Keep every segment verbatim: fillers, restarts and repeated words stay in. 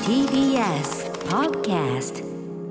ティービーエス Podcast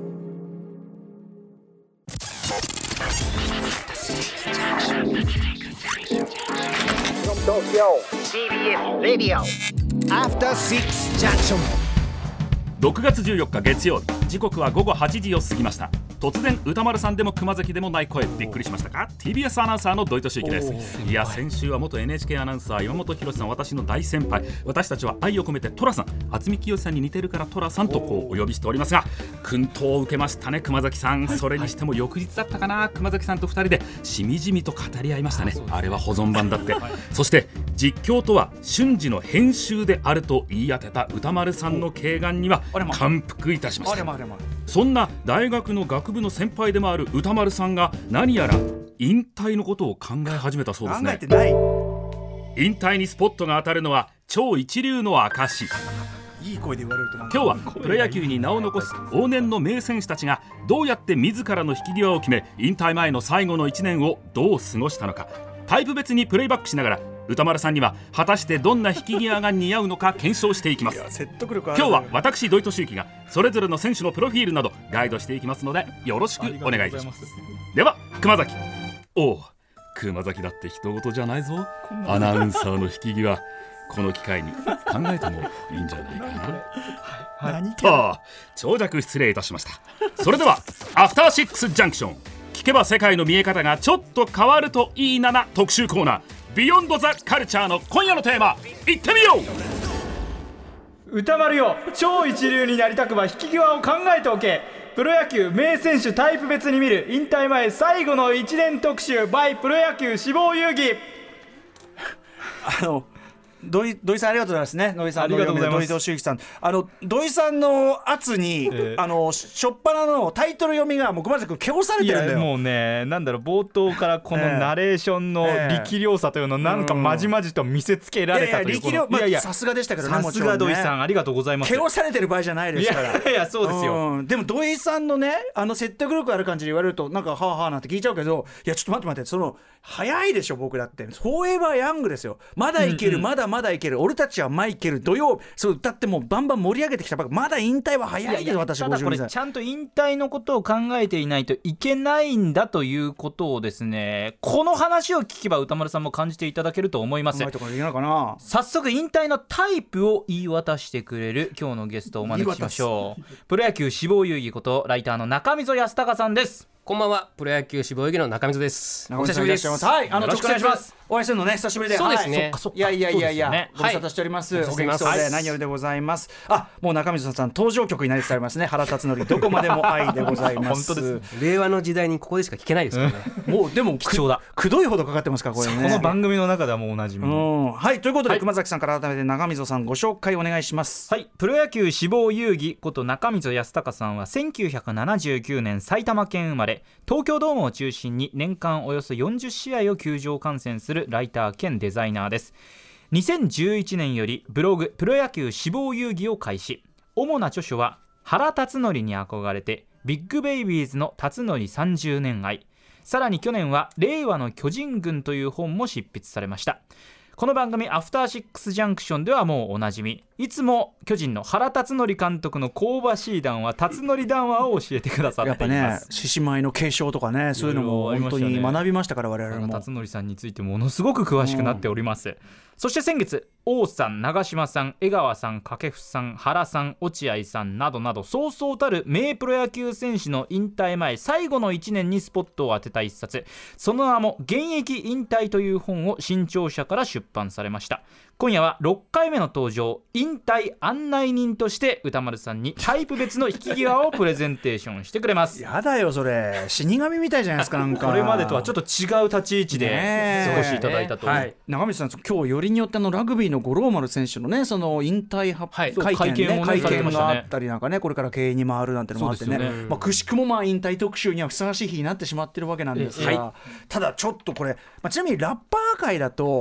From Tokyo ティービーエス Radio After Six Junction ろくがつじゅうよっか月曜日、時刻は午後はちじを過ぎました。突然歌丸さんでも熊崎でもない声、びっくりしましたか？ ティービーエス アナウンサーの土井敏之です。いや、先週は元 エヌエイチケー アナウンサー岩本浩さん、私の大先輩、私たちは愛を込めてトラさん、渥美清さんに似てるからトラさんとこうお呼びしておりますが、薫陶を受けましたね熊崎さん。それにしても翌日だったかな、熊崎さんとふたりでしみじみと語り合いましたね。あれは保存版だって。そして実況とは瞬時の編集であると言い当てた歌丸さんの敬願には感服いたしました。そんな大学の学部の先輩でもある歌丸さんが何やら引退のことを考え始めたそうですね。 考えてない。 引退にスポットが当たるのは超一流の証。 いい声で言われるとなんか今日はプロ野球に名を残す往年の名選手たちがどうやって自らの引き際を決め、引退前の最後のいちねんをどう過ごしたのか、タイプ別にプレイバックしながら歌丸さんには果たしてどんな引き際が似合うのか検証していきます。 説得力ある。 今日は私土井敏之がそれぞれの選手のプロフィールなどガイドしていきますのでよろしくお願いいたします。では熊崎。おう、熊崎だって人事じゃないぞ。アナウンサーの引き際、この機会に考えてもいいんじゃないかな。 何と長尺失礼いたしました。それではアフターシックスジャンクション、聞けば世界の見え方がちょっと変わるといいなな特集コーナー、ビヨンドザカルチャーの今夜のテーマ、いってみよう。歌丸よ、超一流になりたくば引き際を考えておけ。プロ野球名選手タイプ別に見る引退前最後のいちねん特集 by プロ野球志望遊戯。 あの土井、土井さんありがとうございますね。土井さん、 ありがとうございます。 土井敏之さん、あの土井さんの圧に、えー、あのしょっぱなのタイトル読みがもう熊崎君汚されてるんだよ。 いやもうね、なんだろう、冒頭からこのナレーションの力量さというのをなんかまじまじと見せつけられたというこの、 いやいや、さすがでしたけどね。 さすが土井さん、ありがとうございます。 汚されてる場合じゃないですから。 いやいや、そうですよ、 うん、でも土井さんのね、あの説得力ある感じで言われるとなんかはあはあなんて聞いちゃうけど、いやちょっと待って待って、その早いでしょ。僕だってフォーエバーヤングですよ。まだいける、うんうん、まだまだいける、俺たちはマイケル土曜そう歌ってもうバンバン盛り上げてきたばっか、まだ引退は早いです。いやいや、 私ただこれちゃんと引退のことを考えていないといけないんだということをですね、この話を聞けば歌丸さんも感じていただけると思います。 考えてからいけないかな。 早速引退のタイプを言い渡してくれる今日のゲストをお招きしましょう。プロ野球志望遊戯ことライターの中溝康隆さんです。 こんばんは、プロ野球志望遊戯の中溝です。 お久しぶりです。はい、あのよろしくお願いします。 お会いするのね、久しぶりで。 そうですね、 はい、いやいやいやいや、ね、ご無沙汰しております、はい、お元気そうで何よりでございます。あ、もう中溝さん登場曲になりつつありますね。原辰徳どこまでも愛でございます本当です。 令和の時代にここでしか聞けないですからね、 うん、もうでも貴重だ、 くどいほどかかってますからこれね。 この番組の中ではもうおなじみ、うん、 はいということで、はい、熊崎さんから改めて中溝さんご紹介お願いします。 はい、プロ野球志望遊戯こと中溝康隆さんはせんきゅうひゃくななじゅうきゅうねん埼玉県生まれ、東京ドームを中心に年間およそよんじゅっしあいを球場観戦するライター兼デザイナーです。にせんじゅういちねんよりブログプロ野球志望遊戯を開始。主な著書は原辰徳に憧れてビッグベイビーズの辰徳さんじゅうねん愛、さらに去年は令和の巨人軍という本も執筆されました。この番組アフターシックスジャンクションではもうおなじみ、いつも巨人の原辰徳監督の香ばしい談話、辰徳談話を教えてくださっています。 やっぱね、獅子舞の継承とかね、そういうのも本当に学びましたから、我々も辰徳さんについてものすごく詳しくなっております、うん、そして先月王さん、長嶋さん、江川さん、掛布さん、原さん、落合さんなどなどそうそうたる名プロ野球選手の引退前最後のいちねんにスポットを当てた一冊、その名も現役引退という本を新潮社から出版されました。今夜はろっかいめの登場、引退案内人として歌丸さんにタイプ別の引き際をプレゼンテーションしてくれます。 やだよそれ、死神みたいじゃないですか。なんかこれまでとはちょっと違う立ち位置で過ごしいただいたと、ね、はい、 中道さん、今日よりによってのラグビーの五郎丸選手のね、その引退発、はい、会見、ね、会見があったりなんかね、これから経営に回るなんてのもあってね、ね、まあ、くしくもまあ引退特集にはふさわしい日になってしまってるわけなんですが、はい、ただちょっとこれ、まあ、ちなみにラッパー界だと、はい、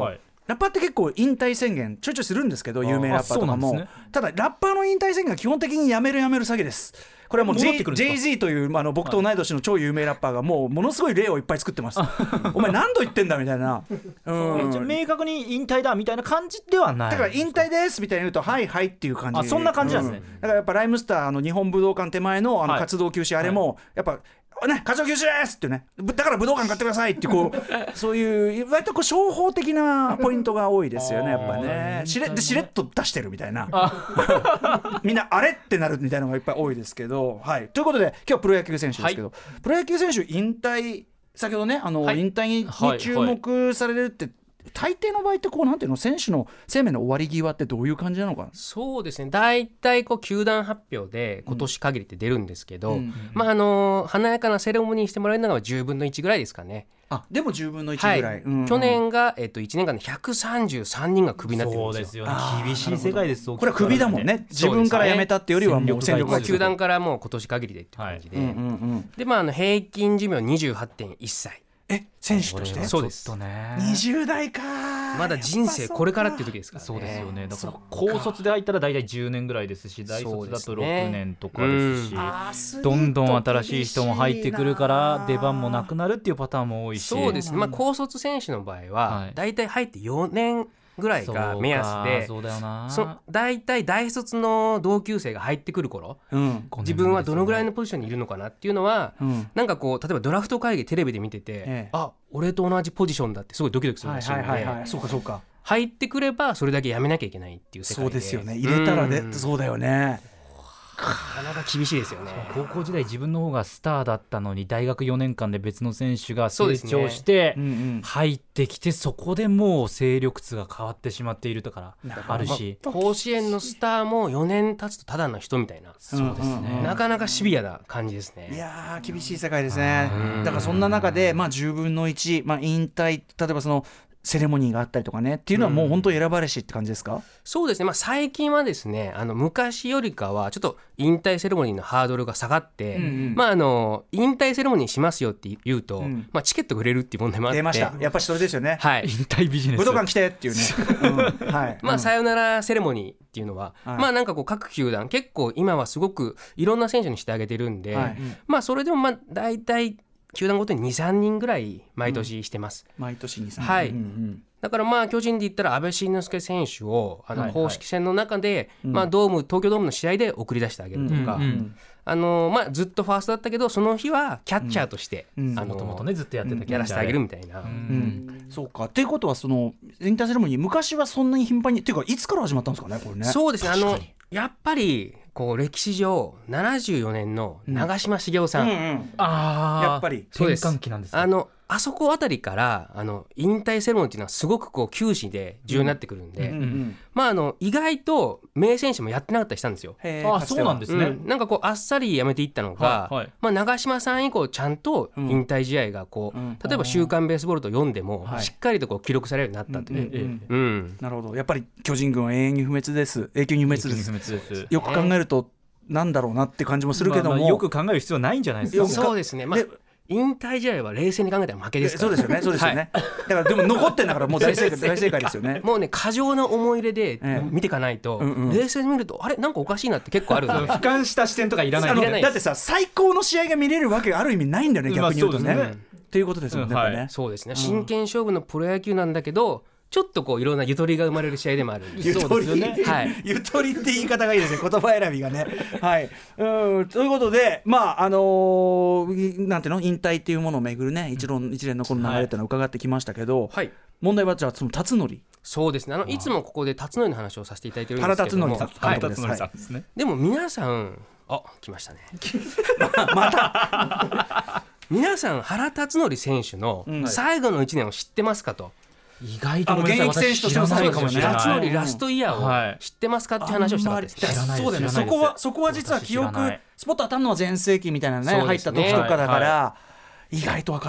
ラッパーって結構引退宣言ちょいちょいするんですけど、有名ラッパーとかも、ね、ただラッパーの引退宣言は基本的にやめるやめる詐欺です。これはもう ジェイゼー というあの僕と同い年の超有名ラッパーがもうものすごい例をいっぱい作ってます。お前何度言ってんだみたいな、 うん、明確に引退だみたいな感じではない。 だから引退ですみたいに言うとはいはいっていう感じ。 あ、そんな感じなんですね、 うん、だからやっぱライムスターの日本武道館手前 の, あの活動休止、はい、あれもやっぱね、活動休止ですってね、だから武道館買ってくださいってこうそういう割とこう商法的なポイントが多いですよねやっぱね。しれでしれっと出してるみたいなみんなあれってなるみたいなのがいっぱい多いですけど、はい、ということで今日はプロ野球選手ですけど、はい、プロ野球選手引退先ほどねあの、はい、引退に注目されるって、はいはい大抵の場合ってこうなんていうの選手の生命の終わり際ってどういう感じなのかな。 そうですね、大体こう球団発表で今年限りって出るんですけど、うんうんまあ、あの華やかなセレモニーしてもらえるのがじゅうぶんのいちぐらいですかね。 あでもじゅうぶんのいちぐらい、はいうんうん、去年が、えっと、いちねんかんでひゃくさんじゅうさんにんがクビになってるんですよ。 そうですよね、厳しい世界です。 これはクビだもんね。自分から辞めたってよりはもう戦力外、 球団からもう今年限りでって感じで、はいうんうんうん、で、まあ、あの平均寿命 にじゅうはってんいっさい。 え選手としてそうです。 にじゅう代か。 まだ人生これからっていう時ですからね。 そうですよね。だから高卒で入ったら大体じゅうねんぐらいですし、大卒だとろくねんとかですし、うん、どんどん新しい人も入ってくるから出番もなくなるっていうパターンも多いし。 そうですね、まあ、高卒選手の場合は大体入ってよねんぐらいが目安で、 そうだよな。 そ大体大卒の同級生が入ってくる頃、うん、自分はどのぐらいのポジションにいるのかなっていうのは、うん、なんかこう例えばドラフト会議テレビで見てて、ええ、あ俺と同じポジションだってすごいドキドキするらしいので、はいはいはいはい、 そうかそうか、 入ってくればそれだけやめなきゃいけないっていう世界で。 そうですよね、入れたらね、うん、そうだよね。 なかなか厳しいですよね。 高校時代自分の方がスターだったのに大学よねんかんで別の選手が成長して入ってきて、そこでもう勢力図が変わってしまっているからあるし、 まあ、甲子園のスターもよねん経つとただの人みたいな。 そうですね、 なかなかシビアな感じですね。 いや厳しい世界ですね。だからそんな中で、まあ、じゅうぶんのいち、まあ、引退、例えばそのセレモニーがあったりとかねっていうのはもう本当選ばれしって感じですか。うん、 そうですね、まあ、最近はですねあの昔よりかはちょっと引退セレモニーのハードルが下がって、うんうんまあ、あの引退セレモニーしますよって言うと、うんまあ、チケットが売れるっていう問題もあって出ました。やっぱりそれですよね、 はい、 引退ビジネス武道館来てっていうね、うんはいまあ、さよならセレモニーっていうのは、はい、まあなんかこう各球団結構今はすごくいろんな選手にしてあげてるんで、はいまあ、それでもまあ大体球団ごとに にさんにんぐらい毎年してます、 うん、毎年 にさんにん、 はいうんうんだからまあ巨人で言ったら安倍晋之助選手をあの公式戦の中でまあドーム東京ドームの試合で送り出してあげるとか、あのまあずっとファーストだったけどその日はキャッチャーとしてもともとねずっとやってたキャやらせてあげるみたいな、うんうん、 そうか。っていうことはその引退セレモニー昔はそんなに頻繁にっていうかいつから始まったんですかねこれね。 そうですね、あのやっぱりこう歴史上ななじゅうよねんの長嶋茂雄さん、うんうんうん、 あやっぱり転換期なんですか。 あのあそこあたりからあの引退セレモニーっていうのはすごくこう球史で重要になってくるんで、うんうんうん、まああの意外と名選手もやってなかったりしたんですよ。 あそうなんですね、 うん、なんかこうあっさりやめていったのが、はいはいまあ、長嶋さん以降ちゃんと引退試合がこう、うん、例えば週刊ベースボールと読んでも、うん、しっかりとこう記録されるようになったという、うんうんうん、 なるほど。やっぱり巨人軍は永遠に不滅です。永久に不滅です。ですよく考えるとなんだろうなって感じもするけども、まあまあ、 よく考える必要はないんじゃないですか。 そうですね、まあ引退試合は冷静に考えたら負けですから。 そうですよね、そうですよね、はい、だからでも残ってんだからもう大正解大正解ですよね。 もうね過剰な思い入れで見ていかないと、ええうんうん、冷静に見るとあれなんかおかしいなって結構あるんで俯瞰した視点とかいらないのでだってさ最高の試合が見れるわけがある意味ないんだよね逆に言うとね、まあ、っていうことですよね、うんはい、やっぱね。 そうですね、真剣勝負のプロ野球なんだけどちょっとこういろんなゆとりが生まれる試合でもあるんです。 ゆとり、ねはい、ゆとりって言い方がいいですね言葉選びがねはいうんということでまああのー、なんていうの引退っていうものをめぐるね一連一連のこの流れっていうのを伺ってきましたけど、はい、問題はじゃあその辰徳。 そうですね、あのいつもここで辰徳の話をさせていただいてるんですけども、 原辰徳さんですね。 でも皆さんあ来ましたねまた皆さん原辰徳選手の最後のいちねんを知ってますかと。 意外と現役選手としてもそうかもしれない。 辰徳ラストイヤーを知ってますかって話をしたかったです。 そうだよね。そこはそこは実は記憶スポット当たるのは全盛期みたいなね入った時とかだから、はいはい、意外と分かってない。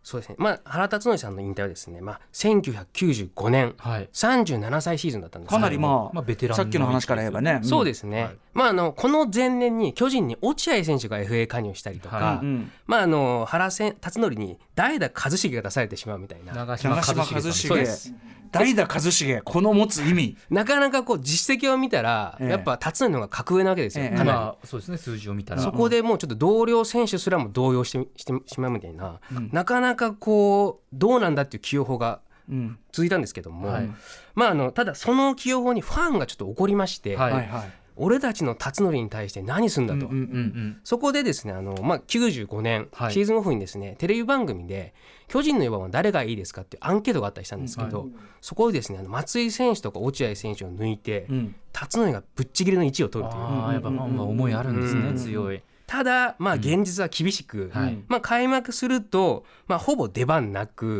そうですね、まあ、原辰徳さんの引退はですね、まあ、せんきゅうひゃくきゅうじゅうごねん、はい、さんじゅうななさいシーズンだったんです。 かなり、まあまあ、ベテランのさっきの話から言えばね、 うん、そうですね、はい、まあ、あのこの前年に巨人に落合選手が エフエー 加入したりとか、はい、まあ、あの原辰徳に代打一茂が出されてしまうみたいな。 長嶋一茂さん、 そうです。 代打一茂、この持つ意味、 なかなかこう実績を見たら、ええ、やっぱ辰徳の方が格上なわけですよ、ええ、かなり、まあ、 そうですね、数字を見たらそこでもうちょっと同僚選手すらも動揺して、してしまうみたいな、うん、なかなかこうどうなんだっていう起用法が続いたんですけども、うんはい、まあ、あのただその起用法にファンがちょっと怒りまして、はいはい、俺たちの辰徳に対して何すんだと、うんうんうん、そこでですね、あの、まあ、きゅうじゅうごねん、はい、シーズンオフにですねテレビ番組で巨人のよんばんは誰がいいですかっていうアンケートがあったりしたんですけど、はい、そこでですね、あの松井選手とか落合選手を抜いて、うん、辰徳がぶっちぎりのいちいを取るという。 あ、やっぱまあ思いあるんですね、うん、強い。 ただ、まあ、現実は厳しく、うん、はい、まあ、開幕すると、まあ、ほぼ出番なく、うんうん、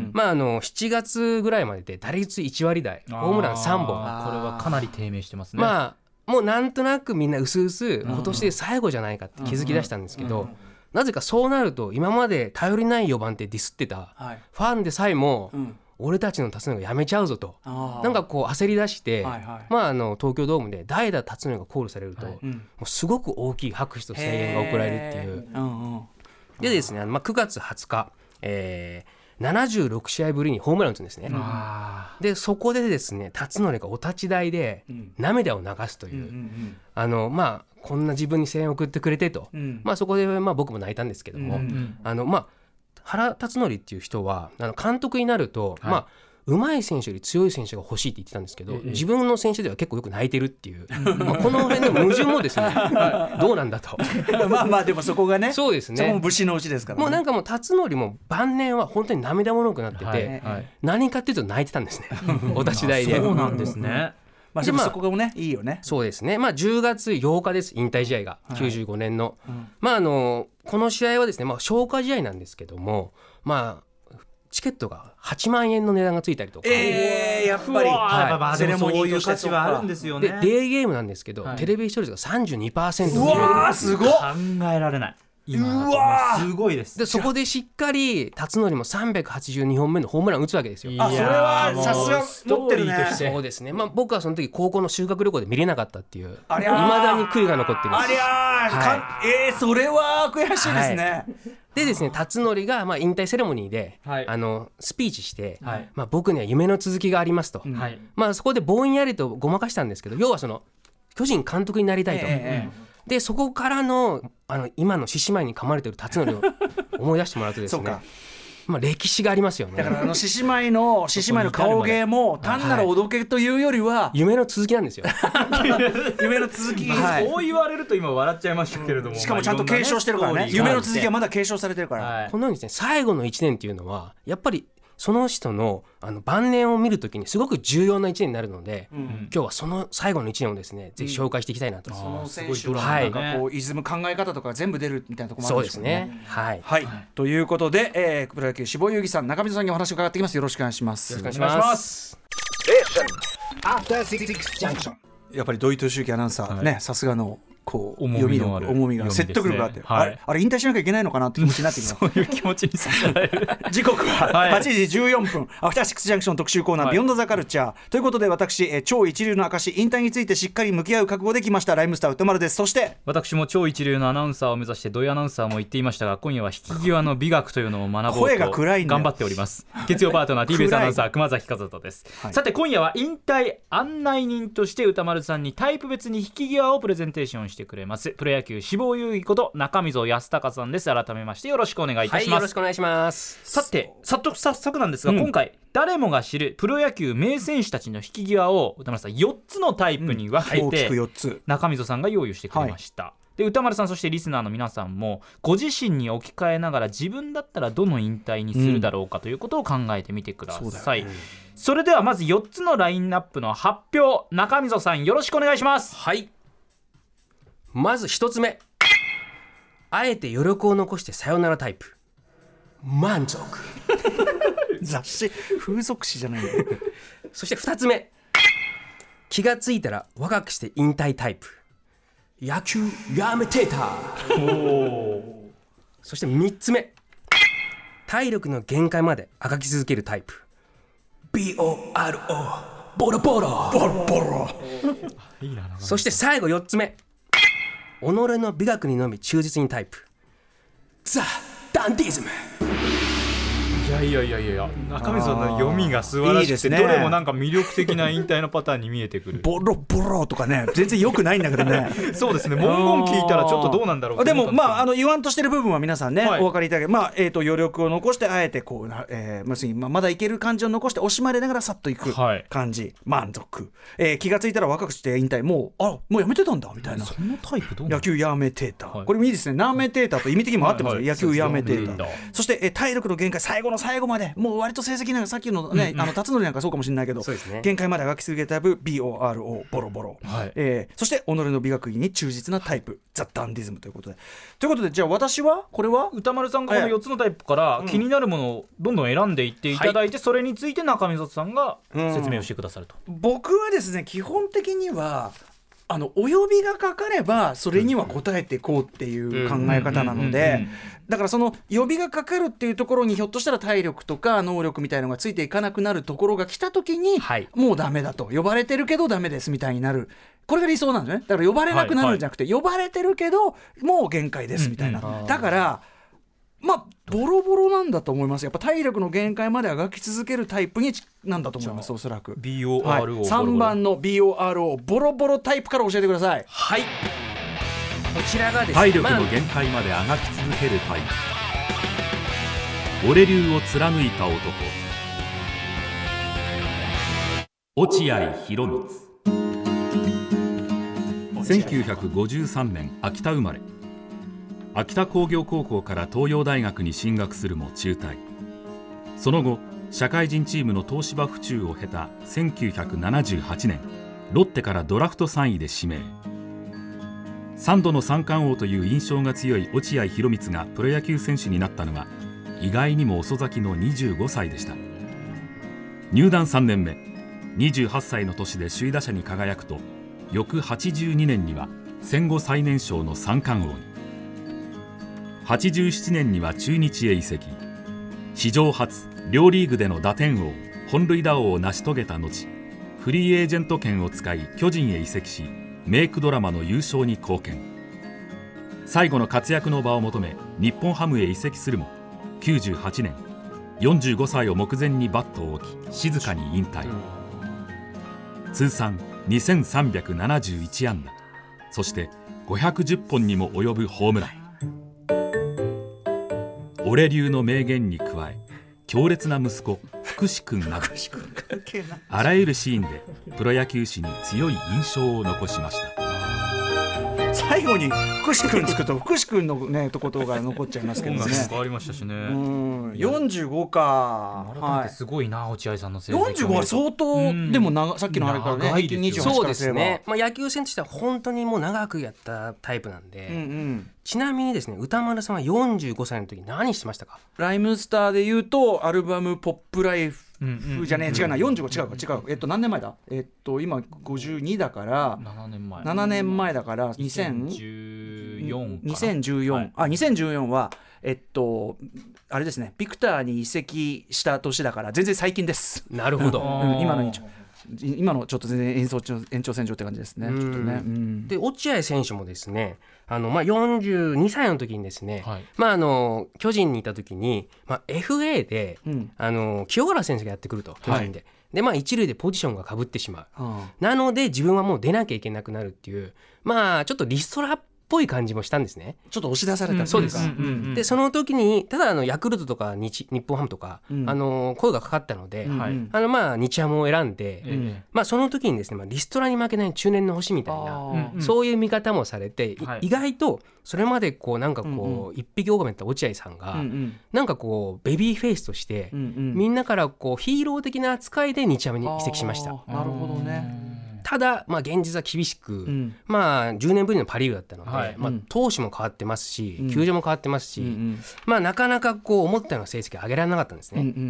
まあ、あのしちがつぐらいまでで打率いちわり台、ホームランさんぼん、 これはかなり低迷してますね。 まあ、もうなんとなくみんなうすうす今年で最後じゃないかって気づき出したんですけど、うんうんうん、なぜかそうなると今まで頼りないよばんってディスってたファンでさえも、うん、俺たちの辰徳がやめちゃうぞと、なんかこう焦り出して、はいはい、まあ、あの東京ドームで代打辰徳がコールされると、はい、もうすごく大きい拍手と声援が送られるっていう、うんうん、でですね、まあ、くがつはつか、えーななじゅうろくしあいぶりにホームラン打つんですね。でそこでですね、辰徳がお立ち台で涙を流すという、うんうんうん、あのまあこんな自分に声援を送ってくれてと、うん、まあ、そこでまあ僕も泣いたんですけども、うんうん、あのまあ原辰徳っていう人はあの監督になると、はい、まあ上手い選手より強い選手が欲しいって言ってたんですけど、ええ、自分の選手では結構よく泣いてるっていう、まあ、この辺の矛盾もですねどうなんだとまあまあでもそこがね、 そうですね、 そこも武士のうちですから、ね、 もうなんかもう辰徳も晩年は本当に涙もろくなってて、はいはい、何かっていうと泣いてたんですねお立ち台で。 そうなんですね。 まあ、でもそこがねいいよね。 そうですね、まあ、じゅうがつようかです引退試合が、はい、きゅうじゅうごねんの、うん、まあ、あのこの試合はですね、まあ、消化試合なんですけども、まあチケットがはちまんえんの値段がついたりとか、 えー、やっぱり、 はい、セレモニーとしてはあるんですよね。 でデーゲームなんですけど、はい、テレビ視聴率が さんじゅうにパーセント、 うわーすごい、考えられない。 今うわすごいです。 でそこでしっかり辰徳もさんびゃくはちじゅうにほんめのホームラン打つわけですよ。 あ、それはさすが持ってるね。 そうですね、まあ、僕はその時高校の修学旅行で見れなかったっていう、いまだに悔いが残ってるんです。 ありゃー、はい、えー、それは悔しいですね、はい。 でですね、辰徳がまあ引退セレモニーで、はい、あのスピーチして、はい、まあ、僕には夢の続きがありますと、はい、まあ、そこでぼんやりとごまかしたんですけど、要はその巨人監督になりたいと、えーでそこから の, あの今の獅子舞に噛まれてる辰徳を思い出してもらうとですねまあ、歴史がありますよね。 だからあの獅子舞の獅子舞の顔芸も単なるおどけというよりは、 はい、夢の続きなんですよ夢の続き、 はい、そう言われると今笑っちゃいましたけれども、 しかもちゃんと継承してるからね、夢の続きはまだ継承されてるから、 はい、このようにですね、最後のいちねんっていうのはやっぱりその人 の, あの晩年を見るときにすごく重要ないちねんになるので、うん、今日はその最後のいちねんをですね、ぜひ紹介していきたいなと、うん、 その選手のなんかこうイズム考え方とか全部出るみたいなところもあるんでしょうね。 そうですね、はい、 はい、ということで、えー、プロ野球志保祐樹さん、中溝さんにお話を伺っていきます。よろしくお願いします。 よろしくお願いします。 やっぱり土井敏之アナウンサー、はい、ね、さすがのこう重みのある重みが説得力があって、 はい、 あれ、あれ引退しなきゃいけないのかなって気持ちになってきますそういう気持ちにさせられる時刻ははちじじゅうよんぷん、アフターシックスジャンクション特集コーナー、はい、ビヨンドザカルチャーということで、私え超一流の証、引退についてしっかり向き合う覚悟できましたライムスター歌丸です。そして私も超一流のアナウンサーを目指して土井アナウンサーも言っていましたが、今夜は引き際の美学というのを学ぼうと頑張っております。月曜パートナー ティービーエス アナウンサー熊崎和人です、はい、さて今夜は引退案内人として歌丸さんにタイプ別に引き際をプレゼンテーションしてくれますプロ野球志保祐樹こと中溝康隆さんです。改めましてよろしくお願いいたします。 はい、よろしくお願いします。 さて早速早速なんですが、うん、今回誰もが知るプロ野球名選手たちの引き際を歌丸さんよっつのタイプに分けて、うん、大きくよっつ中溝さんが用意してくれました、はい、で歌丸さんそしてリスナーの皆さんもご自身に置き換えながら自分だったらどの引退にするだろうかということを考えてみてください、うん、 そ, ね、それではまずよっつのラインナップの発表、中溝さんよろしくお願いします。 はい、まずひとつめ、あえて余力を残してさよならタイプ、満足雑誌風俗誌じゃないのそしてふたつめ、気がついたら若くして引退タイプ、野球やめてたそしてみっつめ、 体力の限界まであがき続けるタイプ ビーオーアールオー ボロボロボロボロそして最後よっつめ、己の美学にのみ忠実にタイプザ・ダンディズム。 いやいやいやいや、中水さんの読みが素晴らしくて、 いいですね、 どれもなんか魅力的な引退のパターンに見えてくる。 ボロボロとかね、全然良くないんだけどねそうですね、文言聞いたらちょっとどうなんだろう。 でもまああの言わんとしてる部分は皆さんね、 はい、 お分かりいただけ、まあえー、と余力を残してあえてこう、えーまあ、まだいける感じを残して惜しまれながらさっといく感じ、はい、満足、えー、気がついたら若くして引退、もうあもうやめてたんだみたいな。 そのタイプどうなの？ 野球やめてた、はい、これもいいですね、なめてたと意味的にも合ってますね、はいはい、野球やめてた。そして、えー、体力の限界、最後の最後までもう割と成績なんかさっきのね、うんうん、あの辰徳なんかそうかもしれないけど、ね、限界まであがき続けたタイプ ビーオーアールオー ボロボロ、はい、えー、そして己の美学に忠実なタイプザ・ダンディズムということでということで、じゃあ私はこれは歌丸さんがこのよっつのタイプから気になるものをどんどん選んでいっていただいて、うん、それについて中溝さんが説明をしてくださると、 うん、僕はですね基本的にはあのお呼びがかかればそれには応えていこうっていう考え方なので、だからその呼びがかかるっていうところにひょっとしたら体力とか能力みたいなのがついていかなくなるところが来た時に、はい、もうダメだと、呼ばれてるけどダメですみたいになる、これが理想なんですね。だから呼ばれなくなるんじゃなくて、はいはい、呼ばれてるけどもう限界ですみたいな、うんうん、だからまあボロボロなんだと思います。やっぱ体力の限界まであがき続けるタイプになんだと思います。おそらくビーオーアールオー、はい、 さんばんの ビーオーアールオー ボロボロタイプから教えてください。 はい、こちらがですね、 体力の限界まであがき続けるタイプ、俺流を貫いた男、落合博満。せんきゅうひゃくごじゅうさんねん秋田生まれ、秋田工業高校から東洋大学に進学するも中退。その後社会人チームの東芝府中を経たせんきゅうひゃくななじゅうはちねん、ロッテからドラフトさんいで指名。さんどの三冠王という印象が強い落合博満がプロ野球選手になったのは意外にも遅咲きのにじゅうごさいでした。入団さんねんめ、にじゅうはっさいの年で首位打者に輝くと、翌はちじゅうにねんには戦後最年少の三冠王に。はちじゅうななねんには中日へ移籍。史上初両リーグでの打点王、本塁打王を成し遂げた後、フリーエージェント権を使い巨人へ移籍し、メイクドラマの優勝に貢献。最後の活躍の場を求め日本ハムへ移籍するも、きゅうじゅうはちねんよんじゅうごさいを目前にバットを置き静かに引退。通算にせんさんびゃくななじゅういちあんだ、そしてごひゃくじゅっぽんにも及ぶホームラン。俺流の名言に加え、強烈な息子福士君などあらゆるシーンでプロ野球史に強い印象を残しました。 最後に福士君つくと福士君のねとことが残っちゃいますけどね。 変わりましたしね。うん、よんじゅうごか。 改めてすごいな、はい、落合さんの成績。 よんじゅうごは相当、うん、でも長さっきのあれからね、 平均にじゅうはちからすれば。そうですね。まあ、野球選手としては本当にもう長くやったタイプなんで。うんうん、ちなみにですね、歌丸さんはよんじゅうごさいの時何してましたか？ ライムスターでいうとアルバムポップライフじゃねえ、違うな、よんじゅうご違うか違う、えっと何年前だ、えっと今ごじゅうにだからななねんまえななねんまえだからにせんじゅうよんにせんじゅうよん、はい、あにせんじゅうよんはえっとあれですね、ビクターに移籍した年だから全然最近です。 なるほど、 うん、今の印象今のちょっと全然延長延長線上って感じですね。ちょっとね、うん、 で落合選手もですね、あの、まあ、よんじゅうにさいの時にですね、はい、まあ、あの巨人にいた時に、まあ、エフエー で、うん、あの清原選手がやってくると巨人で、はい、で、まあ、一塁でポジションが被ってしまう、うん、なので自分はもう出なきゃいけなくなるっていう、まあちょっとリストラっぽい感じもしたんですね。 ちょっと押し出されたっていうか、うん、 そうです、うんうんうん、でその時にただあのヤクルトとか日, 日本ハムとか、うん、あの声がかかったので、うん、あのまあ日ハムを選んで、うん、まあ、その時にですね、まあ、リストラに負けない中年の星みたいな、そういう見方もされて、はい、意外とそれまでこうなんかこう、うんうん、一匹狼だった落合さんが、うんうん、なんかこうベビーフェイスとして、うんうん、みんなからこうヒーロー的な扱いで日ハムに移籍しました。 なるほどね。 ただ、まあ、現実は厳しく、うん、まあ、じゅうねんぶりのパ・リーグだったので、はい、まあ、投手も変わってますし、うん、球場も変わってますし、うんうん、まあ、なかなかこう思ったような成績上げられなかったんですね、うんうん、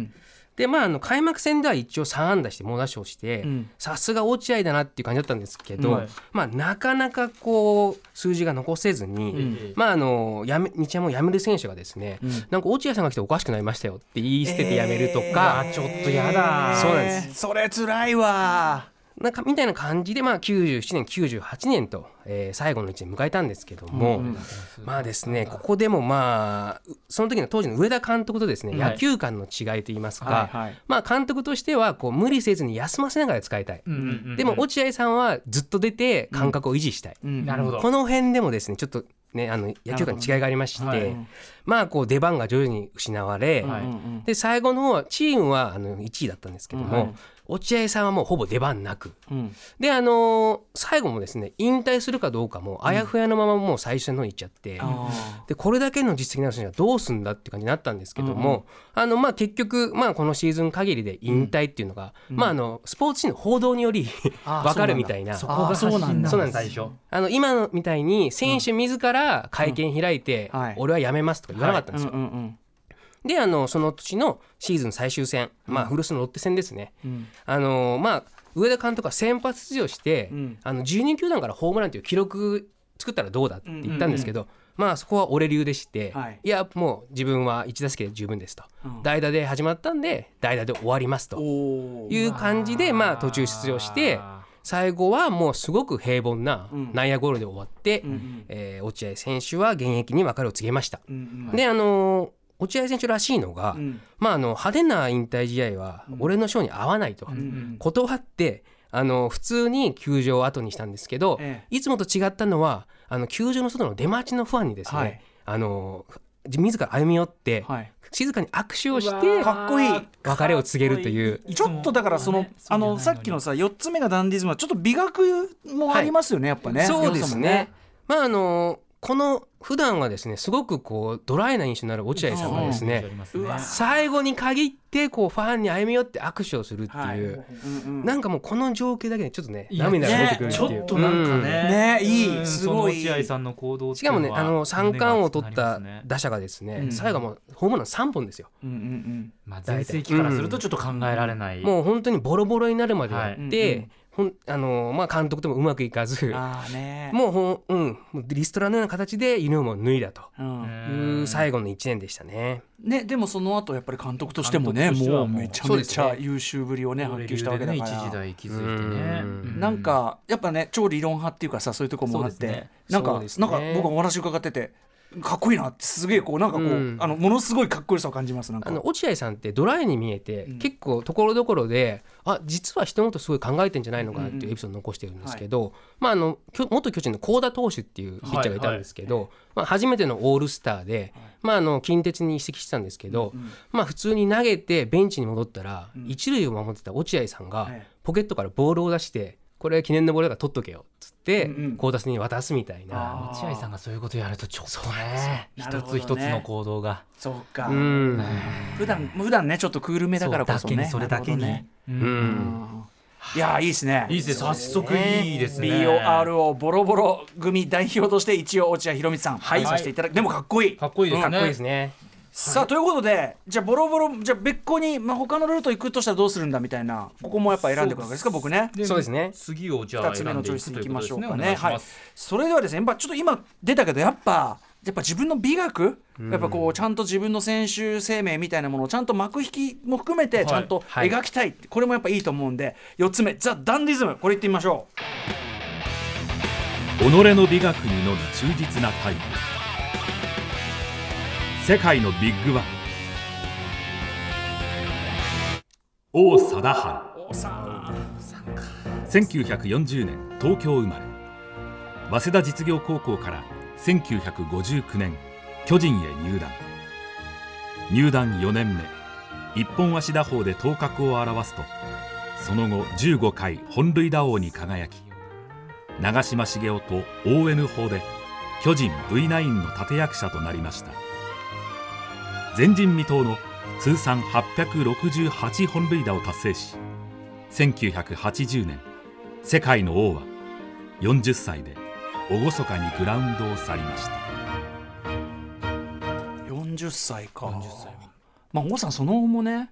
でまあ、あの開幕戦では一応さん安打して猛打賞してさすが落合だなっていう感じだったんですけど、うんまあ、なかなかこう数字が残せずに、うんまあ、あのやめ日ハムを辞める選手がですね、うん、なんか落合さんが来ておかしくなりましたよって言い捨てて辞めるとか、 えー、ちょっとやだ。 そうなんです。 それつらいわなんかみたいな感じで、まあ、きゅうじゅうななねんきゅうじゅうはちねんと、えー、最後のいちねん迎えたんですけども、うんうん、まあですねここでもまあその時の当時の上田監督とですね、はい、野球観の違いといいますか、はいはいまあ、監督としてはこう無理せずに休ませながら使いたい、うんうんうん、でも落合さんはずっと出て感覚を維持したい、うんうん、なるほど。この辺でもですねちょっとね、あの野球界に違いがありまして、はい、まあこう出番が徐々に失われ、はい、で最後の方はチームはあのいちいだったんですけども、はい、落合さんはもうほぼ出番なく、うん、であのー、最後もですね引退するかどうかもあやふやのままもう最初の方に行っちゃって、うん、でこれだけの実績のある選手はどうすんだって感じになったんですけども、うん、あのまあ結局、まあ、このシーズン限りで引退っていうのが、うんまあ、あのスポーツ紙の報道により分かるみたいな。 そこが発信なんだ最初。 あの今のみたいに選手自ら会見開いて、うんはい、俺は辞めますとか言わなかったんですよ、はいうんうんうんであのその年のシーズン最終戦、まあ、古巣のロッテ戦ですね、うんあのまあ、上田監督は先発出場して、うん、あのじゅうに球団からホームランという記録作ったらどうだって言ったんですけど、うんうんうん、まあそこは俺流でして、はい、いやもう自分はいち打席で十分ですと、うん、代打で始まったんで代打で終わりますという感じで、まあ、途中出場して最後はもうすごく平凡な内野ゴロで終わって、うんうんえー、落合選手は現役に別れを告げました、うんうん、であのー落合選手らしいのが、うんまあ、あの派手な引退試合は俺の性に合わないと、うん、断ってあの普通に球場を後にしたんですけど、ええ、いつもと違ったのはあの球場の外の出待ちのファンにですね、はい、あの自ら歩み寄って、はい、静かに握手をしてかっこいい別れを告げるというちょっとだからその、あのさっきのさよっつめがダンディズムはちょっと美学もありますよね、はい、やっぱね。 そうですね。まああのこの普段はですねすごくこうドライな印象になる落合さんがですね、うん、最後に限ってこうファンに歩み寄って握手をするっていう、はいうんうん、なんかもうこの情景だけでちょっとね涙が出てくるっていう、 ね、ちょっとなんかね、うん、 ねいいすごい落合さんの行動しかもねあの三冠を取った打者がですね、うん、最後もホームランさんぼんですよ、うんうんうんまあ、全盛期からするとちょっと考えられない、 うん、もう本当にボロボロになるまでやって、はいうんうんほんあのまあ、監督ともうまくいかずあ、ね、もうほん、うん、リストラのような形でユニフォームを脱いだという最後のいちねんでしたね。 ねでもその後やっぱり監督としてもねもうめちゃめちゃ優秀ぶりをね発揮したわけだから、 一時代築いてねなんかやっぱね超理論派っていうかさそういうところもあって、ね、なんか、ね、なんか僕はお話伺っててかっこいいなってすげえこうなんかこう、うん、あのものすごいかっこよさを感じます。なんかあの落合さんってドライに見えて、うん、結構ところどころであ実は人のことすごい考えてんじゃないのかなっていうエピソードを残してるんですけど、うんうんはいまあ、あの元巨人の幸田投手っていうピッチャーがいたんですけど、はいはいまあ、初めてのオールスターで、はいまあ、あの近鉄に移籍してたんですけど、うんまあ、普通に投げてベンチに戻ったら、うん、一塁を守ってた落合さんがポケットからボールを出してこれ記念のボールだから取っとけよっつって幸田さんに渡すみたいな、 落合さんがそういうことやるとちょっとね一つ一つの行動がそうか、うん、普段普段ねちょっとクールめだからこそねそれだけに、ねうんうん、 いやいいですねいいですね早速いいですねビーオーアールオー ボロボロ組代表として一応落合博満さんはいさせていただきでもかっこいいかっこいいですね、 うん、かっこいいですね。 さあ、はい、ということでじゃあボロボロじゃあ別個に、まあ、他のルート行くとしたらどうするんだみたいなここもやっぱ選んでいくわけですか僕ね。 そうですね。 次をじゃあふたつめのチョイスに行きましょうかね。はい、それではですねやっぱちょっと今出たけどやっぱやっぱ自分の美学、うん、やっぱこうちゃんと自分の選手生命みたいなものをちゃんと幕引きも含めてちゃんと描きたい、はいはい、これもやっぱいいと思うんでよっつめザ・ダンディズムこれいってみましょう。己の美学にのみ忠実なタイプ世界のビッグワン王貞治せんきゅうひゃくよんじゅうねん東京生まれ早稲田実業高校からせんきゅうひゃくごじゅうきゅうねん巨人へ入団入団よねんめ一本足打法で頭角を現すとその後じゅうごかい本塁打王に輝き長嶋茂雄と オーエヌ 砲で巨人 ブイナイン の立役者となりました。前人未到の通算はっぴゃくろくじゅうはち本塁打を達成しせんきゅうひゃくはちじゅうねん世界の王はよんじゅっさいで厳かにグラウンドを去りました。 よんじゅっさいか。よんじゅっさいまあ王さんその後もね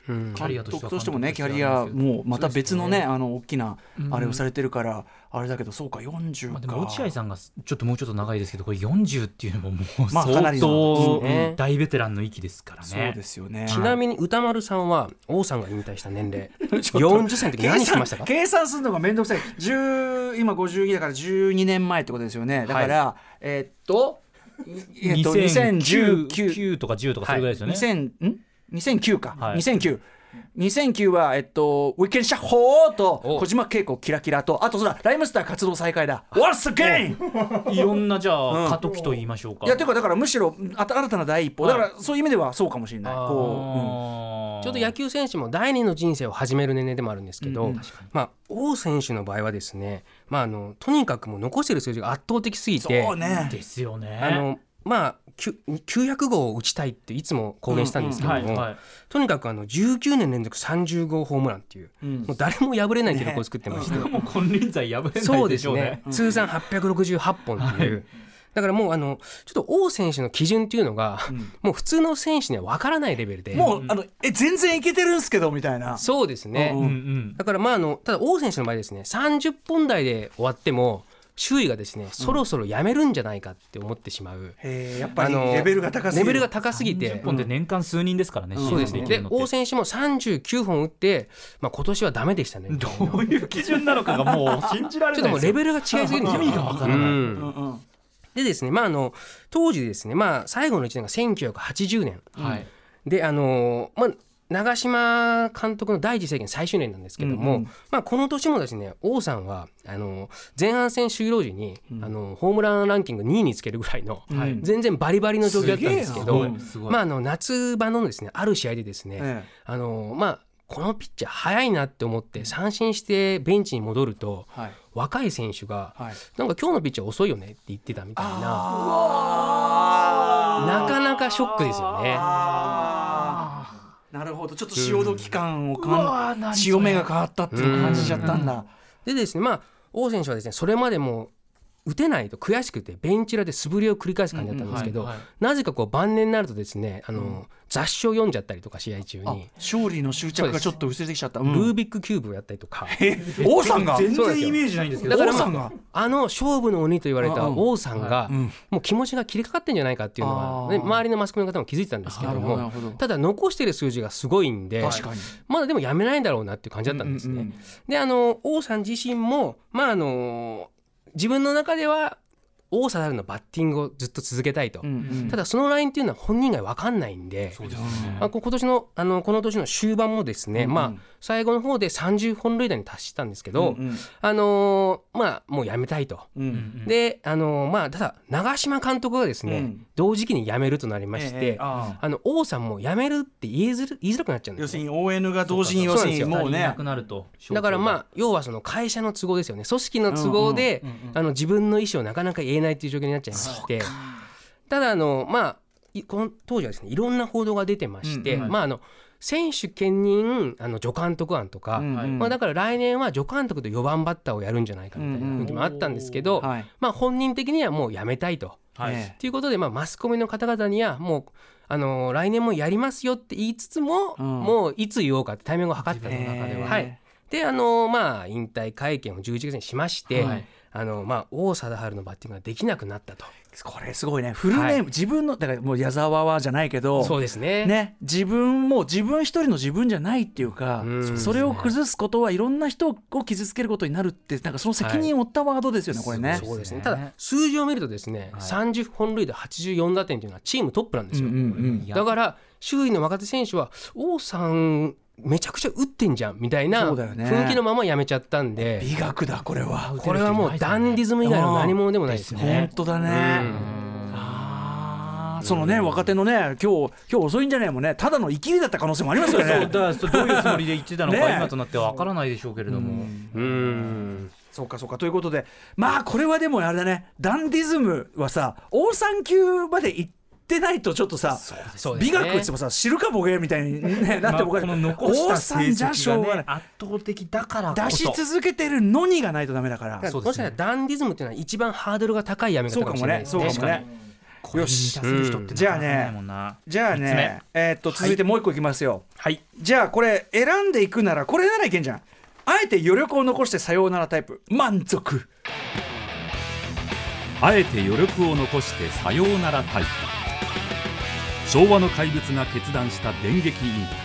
うん、監督としてもねキャリアもうまた別の ね, ねあの大きなあれをされてるから、うん、あれだけどそうかよんじゅうか、まあ、 でも落合さんがちょっともうちょっと長いですけどこれよんじゅうっていうのももう相当大ベテランの域ですからね、 そうですよね。 ちなみに歌丸さんは王さんが引退した年齢よんじゅっさいの時何してましたか？ 計算するのがめんどくさいじゅう今ごじゅうにだからじゅうにねんまえってことですよね。だから、はい、えー、っとえっと、にせんじゅうきゅうとかじゅうとかそれぐらいですよね、 はい、にせんんにせんきゅうか、はい、にせんきゅうにせんきゅうは、えっと、ウィーケンシャッホーと小島慶子キラキラとあとそらライムスター活動再開だ Once again いろんなじゃあ、うん、過渡期と言いましょうか。 いやていうかだからむしろ新たな第一歩、はい、だからそういう意味ではそうかもしれない。こう、うん、ちょうど野球選手も第二の人生を始める年齢でもあるんですけど、うんうんまあ、王選手の場合はですね、まあ、あのとにかくもう残してる数字が圧倒的すぎてそうねですよね。 あのまあ、きゅうひゃくごうを打ちたいっていつも公言したんですけども、うんうんはいはい、とにかくあのじゅうきゅうねん連続さんじゅうごうホームランっていう、うん、もう誰も破れない記録を作ってまして、ね、 もう金輪際破れないでしょうね。そうですね、 うん、通算はっぴゃくろくじゅうはっぽんっていう、はい、だからもうあのちょっと王選手の基準っていうのが、うん、もう普通の選手には分からないレベルでもうあのえ全然いけてるんすけどみたいな。 そうですね、うんうん、だからまああのただ王選手の場合ですねさんじゅっぽん台で終わっても周囲がですね、うん、そろそろやめるんじゃないかって思ってしまう。 へやっぱりレベルが高すぎる。 レベルが高すぎてさんじゅっぽんで年間数人ですからね、 うん、そうですね。で王選手もさんじゅうきゅうほん打って、まあ、今年はダメでしたね。 どういう基準なのかがもう信じられないちょっともうレベルが違いすぎるんですよ。 意味がわからない、うんうんうん、でですね、まあ、あの当時ですね、まあ、最後のいちねんがせんきゅうひゃくはちじゅうねん、はい、であのまあ長嶋監督の第一次政権最終年なんですけども、うんうんまあ、この年もですね王さんはあの前半戦終了時に、うん、あのホームランランキングにいにつけるぐらいの、はい、全然バリバリの状況だったんですけど、まあ、あの夏場のですねある試合でですね、ええあのまあ、このピッチャー速いなって思って三振してベンチに戻ると、はい、若い選手が、はい、なんか今日のピッチャー遅いよねって言ってたみたいな、なかなかショックですよね。 なるほどちょっと潮時感を感じ、うん、潮目が変わったっていうのを感じちゃったんだ、うんうん、 でですねまあ王選手はですねそれまでも打てないと悔しくてベンチ裏で素振りを繰り返す感じだったんですけど、うんうんはいはい、なぜかこう晩年になるとですねあの、うん、雑誌を読んじゃったりとか試合中に勝利の執着がちょっと薄れてきちゃった、 うん、ルービックキューブをやったりとか王さんが全然イメージないんですけどだから、まあ、あの勝負の鬼と言われた王さんが、うん、もう気持ちが切りかかってんじゃないかっていうのは、ね、周りのマスコミの方も気づいてたんですけどもただ残してる数字がすごいんで確かにまだでもやめないんだろうなっていう感じだったんですね、うんうんうん、であの王さん自身もまああの自分の中では王貞治のバッティングをずっと続けたいと、うんうん、ただそのラインっていうのは本人以外分かんないんで、そうですね、まあ、今年 の, あのこの年の終盤もですね、うんうんまあ、最後の方でさんじゅうほん塁打に達したんですけど、うんうんあのーまあ、もうやめたいと、うんうん、で、あのーまあ、ただ長嶋監督がですね、うん、同時期に辞めるとなりまして、ええ、ああの王さんも辞めるって言いづら、言いづらくなっちゃうんです、ね、 要するに オーエヌ が同時に要するにもうねだからまあ要はその会社の都合ですよね組織の都合で、うんうんうんうん、あの自分の意思をなかなか言えないっていう状況になっちゃいますしてただあの、まあ、この当時はですねいろんな報道が出てまして、うんうんまあ、あの選手兼任あの助監督案とか、うんうんまあ、だから来年は助監督とよばんバッターをやるんじゃないかみたいな雰囲気もあったんですけど、うんうんまあ、本人的にはもうやめたいと、はい、ということで、まあ、マスコミの方々にはもうあの来年もやりますよって言いつつも、うん、もういつ言おうかってタイミングを測ってた中では、はい、であの、まあ、引退会見をじゅういちがつにしまして、はいあのまあ、王貞治のバッティングができなくなったと。 これすごいねフルネーム、はい、自分のだからもう矢沢はじゃないけどそうですね、 ね自分も自分一人の自分じゃないっていうか、うん、それを崩すことはいろんな人を傷つけることになるってなんかその責任を負ったワードですよね、はい、これね。 そうですねただ数字を見るとですね、はい、さんじゅっぽん塁打はちじゅうよんだてんというのはチームトップなんですよ、うんうんうん、だから周囲の若手選手は王さんめちゃくちゃ打ってんじゃんみたいな雰囲気のままやめちゃったんで、 ね、美学だこれはこれはもうダンディズム以外の何者でもないですよね。 本当だね、うんそのね若手のね今日今日遅いんじゃないもんねただのイキリだった可能性もありますよね。 そうだどういうつもりで言ってたのかね、今となっては分からないでしょうけれども、 うんうんそうかそうかということでまあこれはでもあれだねダンディズムはさ王さん級まで行ってないとちょっとさ、そうですね、美学って言ってもさ知るかボケみたいに、ね、なって僕は、 まあ、この残した成績が、ね、圧倒的だからこそ出し続けてるのにがないとダメだから。 そうですね、もしかしたらダンディズムっていうのは一番ハードルが高いやめ方かもしれないですね。 そうかもねそうかもねよし、 これに満たせる人ってじゃあなかなかないねもんな。 じゃあねえー、っと続いてもう一個いきますよ、 はい、 じゃあこれ選んでいくならこれならいけんじゃん。あえて余力を残してさようならタイプ満足。 あえて余力を残してさようならタイプ。昭和の怪物が決断した電撃引退。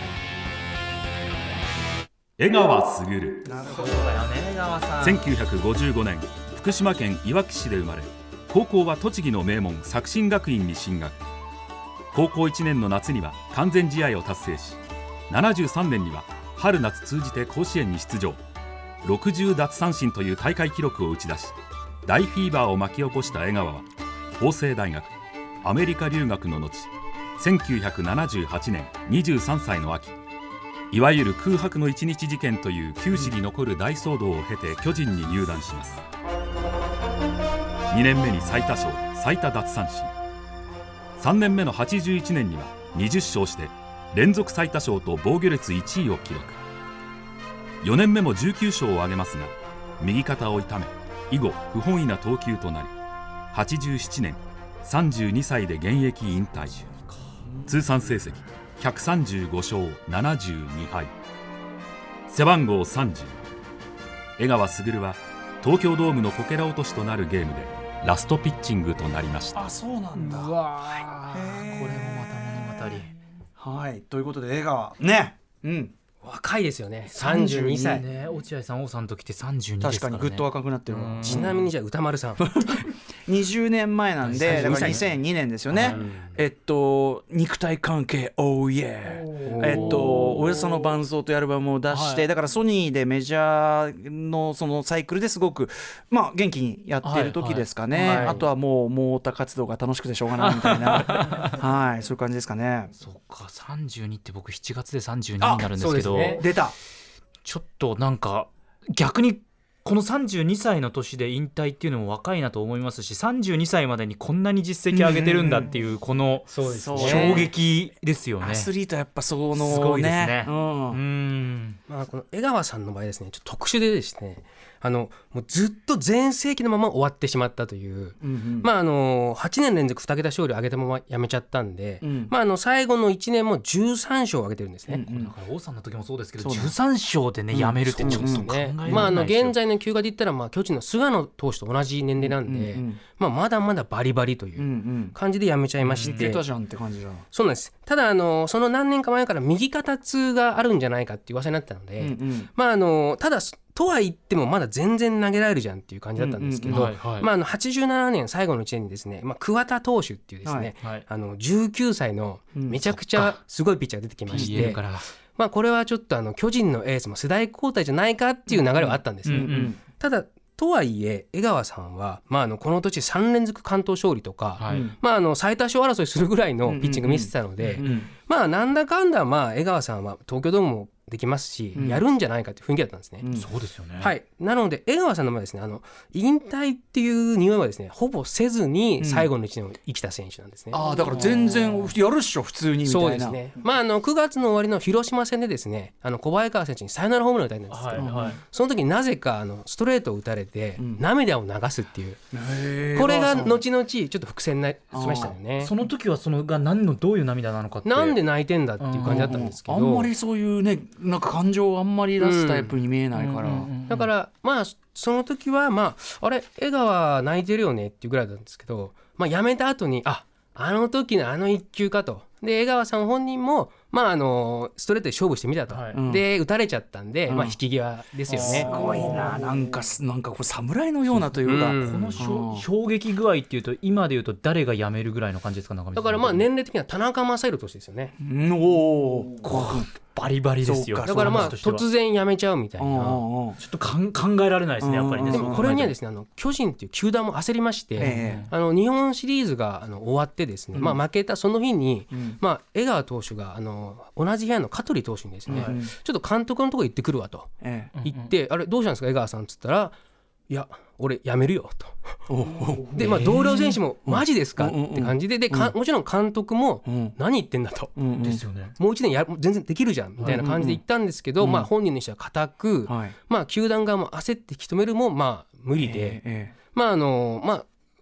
江川卓。 なるほどだよね、江川さん。 せんきゅうひゃくごじゅうごねん福島県いわき市で生まれ、高校は栃木の名門作新学院に進学。高校いちねんの夏には完全試合を達成し、ななじゅうさんねんには春夏通じて甲子園に出場。ろくじゅう奪三振という大会記録を打ち出し、大フィーバーを巻き起こした江川は法政大学、アメリカ留学の後、せんきゅうひゃくななじゅうはちねんにじゅうさんさいの秋、いわゆる空白の一日事件という球史に残る大騒動を経て巨人に入団します。にねんめに最多勝、最多奪三振。さんねんめのはちじゅういちねんにはにじゅっ勝して連続最多勝と防御率いちいを記録。よねんめもじゅうきゅう勝を挙げますが、右肩を痛め以後不本意な投球となり、はちじゅうななねんさんじゅうにさいで現役引退。通算成績ひゃくさんじゅうご勝ななじゅうに敗。背番号さんじゅう。江川卓は東京ドームのこけら落としとなるゲームでラストピッチングとなりました。 あ、そうなんだ。 うわー、これもまた物語。 はい、ということで江川ね、うん、 若いですよね。さんじゅうにさいね、落合さん王さんときてさんじゅうにですからね。 確かにぐっと若くなってるわ。 ちなみにじゃあ歌丸さんにじゅうねんまえなんで、だからにせんにねんですよね。えっと肉体関係 Oh yeah、 えっとおよその伴奏というアルバムを出して、はい、だからソニーでメジャーのそのサイクルですごくまあ元気にやってる時ですかね、はいはい、あとはもうモーター活動が楽しくてしょうがないみたいなはい、そういう感じですかね。 そっか、さんじゅうにって僕しちがつでさんじゅうにになるんですけど、 ね、出た。 ちょっとなんか逆にこのさんじゅうにさいの年で引退っていうのも若いなと思いますし、さんじゅうにさいまでにこんなに実績上げてるんだっていうこの衝撃ですよね。 アスリートやっぱそのね、 すごいですね、 うん、 うんまあ、この江川さんの場合ですね、ちょっと特殊でですね、あのもうずっと全盛期のまま終わってしまったという、うんうん、まあ、あのはちねん連続に桁勝利を挙げたままやめちゃったんで、うん、まあ、あの最後のいちねんもじゅうさん勝を挙げてるんですね、 うんうん、だから王さんの時もそうですけどじゅうさん勝でね、うん、やめるってちょっと考えられないですよ、 まあ、あの現在の球がで言ったら、まあ、巨人の菅野投手と同じ年齢なんで、うんうん、まあ、まだまだバリバリという感じでやめちゃいまして、うんうん、 いけたじゃんって感じだ。 そうなんです。ただあのその何年か前から右肩痛があるんじゃないかっていう噂になってたので、うんうん、まあ、あのただとは言ってもまだ全然投げられるじゃんっていう感じだったんですけど、はちじゅうななねん最後のいちねんにですね、まあ、桑田投手っていうですね、はいはい、あのじゅうきゅうさいのめちゃくちゃすごいピッチャーが出てきまして、うん、まあ、これはちょっとあの巨人のエースも世代交代じゃないかっていう流れはあったんですね、うんうんうん、ただとはいえ江川さんは、まあ、あのこの年さん連続完投勝利とか、はい、まあ、あの最多勝争いするぐらいのピッチング見せてたので、うんうんうん、まあ、なんだかんだ、まあ、江川さんは東京ドームもできますし、うん、やるんじゃないかっていう雰囲気だったんですね、 うん、そうですよね、 はい、なので江川さんの場合ですね、あの引退っていう匂いはですねほぼせずに最後のいちねんを生きた選手なんですね、 うん、あだから全然やるっしょ普通にみたいな。 そうですね、まあ、あのくがつの終わりの広島戦でですね、あの小早川選手にサヨナラホームランを打たれたんですけど、はいはい、その時になぜかあのストレートを打たれて涙を流すっていう、うん、これが後々ちょっと伏線になりましたよね。 その時はそのが何のどういう涙なのかって、 なんで泣いてんだっていう感じだったんですけど、 あんまりそういうねなんか感情あんまり出すタイプに見えないから、うんうんうんうん、 だからまあその時はまああれ江川泣いてるよねっていうぐらいなんですけど、まあ、辞めた後にああの時のあの一球かと、で江川さん本人もまあ、あのストレートで勝負してみたと、はい、で打たれちゃったんで、うん、まあ、引き際ですよね。 すごいな、なんかなんかこれ侍のようなというか、 うん、この衝撃具合っていうと今でいうと誰が辞めるぐらいの感じですか。 だからまあ年齢的には田中将大投手ですよね。 おおバリバリですよ。 だからまあ突然辞めちゃうみたいな、ちょっとかん考えられないですねやっぱりね。 でもこれにはですね、あの巨人っていう球団も焦りまして、えー、あの日本シリーズがあの終わってですね、うん、まあ、負けたその日に、うん、まあ、江川投手があの同じ部屋の香取投手にですね、うん、ちょっと監督のところ行ってくるわと言って、えー、あれどうしたんですか江川さんっつったら、いや俺辞めるよとで、まあ、同僚選手もマジですかって感じで、でかもちろん監督も何言ってんだと、 ですよね、 もういちねんや全然できるじゃんみたいな感じで言ったんですけど、まあ、本人にしては固く、まあ、球団側も焦って引き止めるもまあ無理で、まああのまあ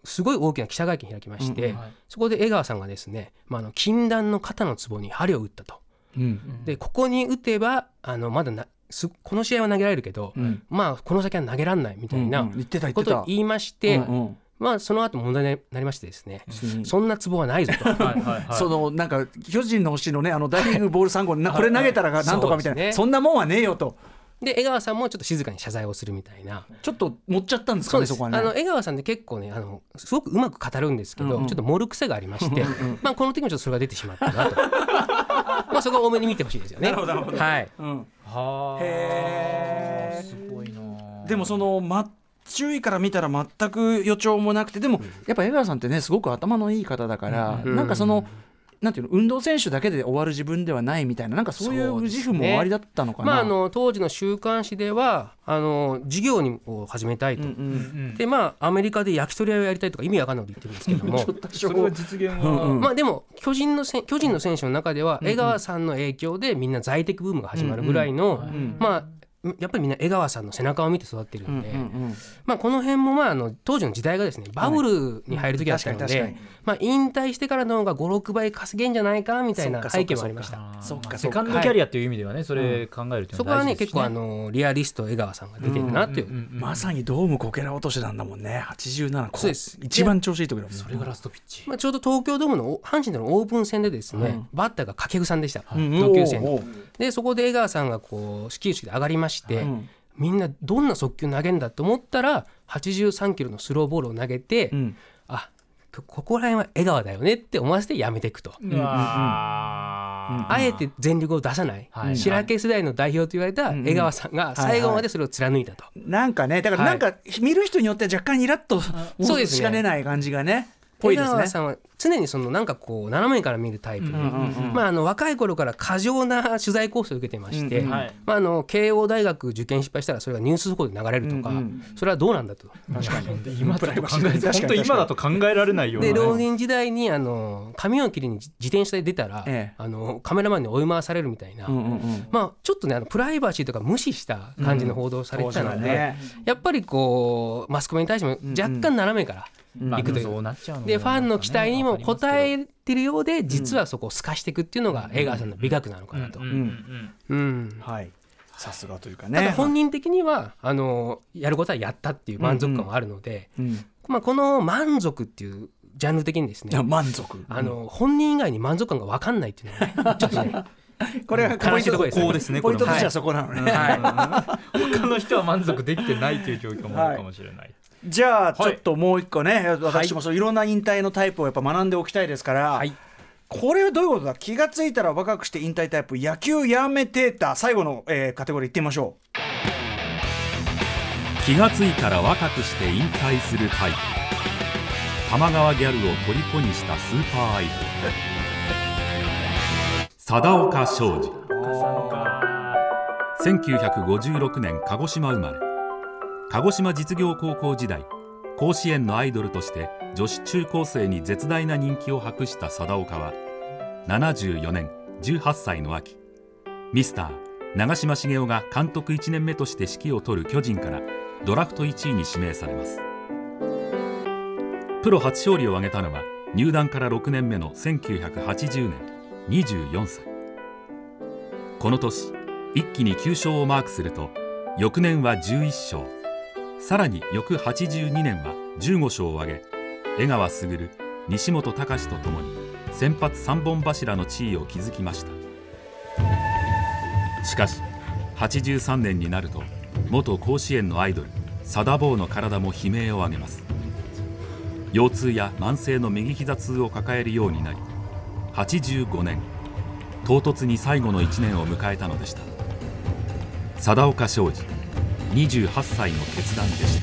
すごい大きな記者会見開きまして、うんはい、そこで江川さんがですね、まあ、あの禁断の肩のツボに針を打ったと、うん、でここに打てばあのまだなこの試合は投げられるけど、うん、まあこの先は投げられないみたいなことを言いまして、うんうん、まあその後問題になりましてですね、うん、そんなツボはないぞとはいはい、はい、 そのなんか巨人の星のねあのダイビングボールさん号これ投げたらなんとかみたいな、はい、 そ, ね、そんなもんはねえよと。 で江川さんもちょっと静かに謝罪をするみたいな、 ちょっと持っちゃったんですかね。そこはね、 あの江川さんって結構ねあのすごくうまく語るんですけど、うんうん、ちょっと盛る癖がありましてまあこの時もちょっとそれが出てしまったなとまあそこは多めに見てほしいですよね。 なるほどなるほど、 はい、 うん、 はへーすごいな。 でもそのま周囲から見たら全く予兆もなくて、でもやっぱ江川さんってねすごく頭のいい方だから、うん、なんかそのなんていうの運動選手だけで終わる自分ではないみたいな、なんかそういう自負も終わりだったのかな。 まあ、あの当時の週刊誌ではあの事業にを始めたいと、うんうん、でまあアメリカで焼き鳥屋をやりたいとか意味わかんないこと言ってるんですけどもそれは実現は、うんうん、 まあでも巨人のせ巨人の選手の中では江川さんの影響でみんな在宅ブームが始まるぐらいの、うんうん、まあやっぱりみんな江川さんの背中を見て育ってるんで、うんうんうん、まあ、この辺もまああの当時の時代がですねバブルに入る時だったので、はい、まあ、引退してからの方がご、ろくばい稼げんじゃないかみたいな背景もありました。 そっかセカンドキャリアという意味ではね、はい、それ考えるというのは大事ですね。 そこはね結構あのリアリスト江川さんが出てるなっていう、うんうんうん、まさにドームこけら落としなんだもんね。はちじゅうななこうです一番調子いい時だもんね。 それがラストピッチ、 まあ、ちょうど東京ドームの阪神でのオープン戦でですね、うん、バッターが掛布さんでした、うん、同級生のでそこで江川さんがこう始球式で上がりまして、うん、みんなどんな速球投げるんだと思ったらはちじゅうさんキロのスローボールを投げて、うん、あここら辺は江川だよねって思わせてやめていくと、うんうんうん、あえて全力を出さない、はい、白毛世代の代表と言われた江川さんが最後までそれを貫いたと、 はいはい、なんかねだからなんか見る人によって若干イラッとしかねない感じがね江川さんは常にそのなんかこう斜めから見るタイプで、うんうんうん、まあ、あの若い頃から過剰な取材コースを受けてまして、うんうん、まあ、あの慶応大学受験失敗したらそれがニュース速報で流れるとか、うんうん、それはどうなんだと。 確かに今だと考え本当今だと考えられないような、 で浪人時代にあの髪を切りに自転車で出たら、ええ、あのカメラマンに追い回されるみたいな、うんうんうん、まあ、ちょっとねあのプライバシーとか無視した感じの報道をされてたので、うんね、やっぱりこうマスコミに対しても若干斜めから、うんうん、行くという、うん、でファンの期待にも応えてるようで実はそこを透かしていくっていうのが江川さんの美学なのかなと、うんうんうん、 はい、さすがというかね。 ただ本人的にはあのやることはやったっていう満足感もあるので、うんうん、まあ、この満足っていうジャンル的にですね、 満足、 あの本人以外に満足感が分かんないっていうのが、ね、ちょっとねこれは悲しいところですね。 ですね、 ポイントとしてはそこなのね、 はい、他の人は満足できてないという状況もあるかもしれない、はい。 じゃあちょっともう一個ね、はい、私もそういろんな引退のタイプをやっぱ学んでおきたいですから、はい、これはどういうことだ。気がついたら若くして引退タイプ、野球やめてた最後の、えー、カテゴリーいってみましょう。 気がついたら若くして引退するタイプ、玉川ギャルを虜にしたスーパーアイドル貞岡庄司。せんきゅうひゃくごじゅうろくねん鹿児島生まれ。鹿児島実業高校時代、甲子園のアイドルとして女子中高生に絶大な人気を博した貞岡はななじゅうよねんじゅうはっさいの秋、ミスター長嶋茂雄が監督いちねんめとして指揮を執る巨人からドラフトいちいに指名されます。プロ初勝利を挙げたのは入団からろくねんめのせんきゅうひゃくはちじゅうねん、にじゅうよんさい。この年一気にきゅう勝をマークすると、翌年はじゅういっ勝、さらに翌はちじゅうにねんはじゅうご勝を挙げ、江川卓、西本隆とともに先発三本柱の地位を築きました。しかしはちじゅうさんねんになると、元甲子園のアイドルサダボーの体も悲鳴を上げます。腰痛や慢性の右膝痛を抱えるようになり、はちじゅうごねん唐突に最後のいちねんを迎えたのでした。貞岡庄司にじゅうはっさいの決断でした。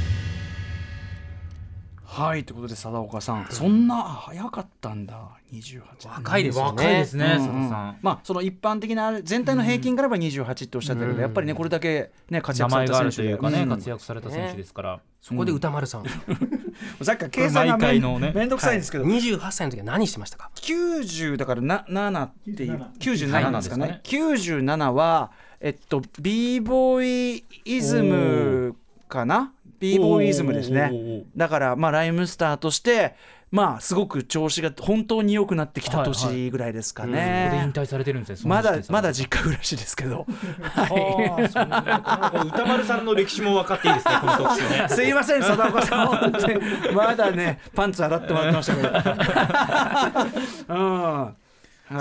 はい、ということで貞岡さん、そんな早かったんだ。にじゅうはち、 若いですよね。 若いですね、佐藤さん。まあその一般的な全体の平均からばにじゅうはちっておっしゃったけど、うん、やっぱりねこれだけね活躍された選手で、 名前があるというかね、うん、活躍された選手ですから、ね、 そこで歌丸さん、うん、 さっきから計算がめん、ね、めんどくさいんですけど、 はい、にじゅうはっさいの時は何してましたか。 きゅうじゅうだからなななっていうきゅうじゅうなななんですかね。きゅうじゅうななはえっと b ボーイイズムかな、 b ボーイズムですね。だからまあライムスターとしてまあすごく調子が本当に良くなってきた年ぐらいですかね、 はいはい、ここで引退されてるんですね。 まだまだ実家暮らしですけどはい、そうなんか歌丸さんの歴史も分かっていいですねこの特集ね。 すいません貞岡さん本当にまだねパンツ洗ってもらってましたけど、うんはい、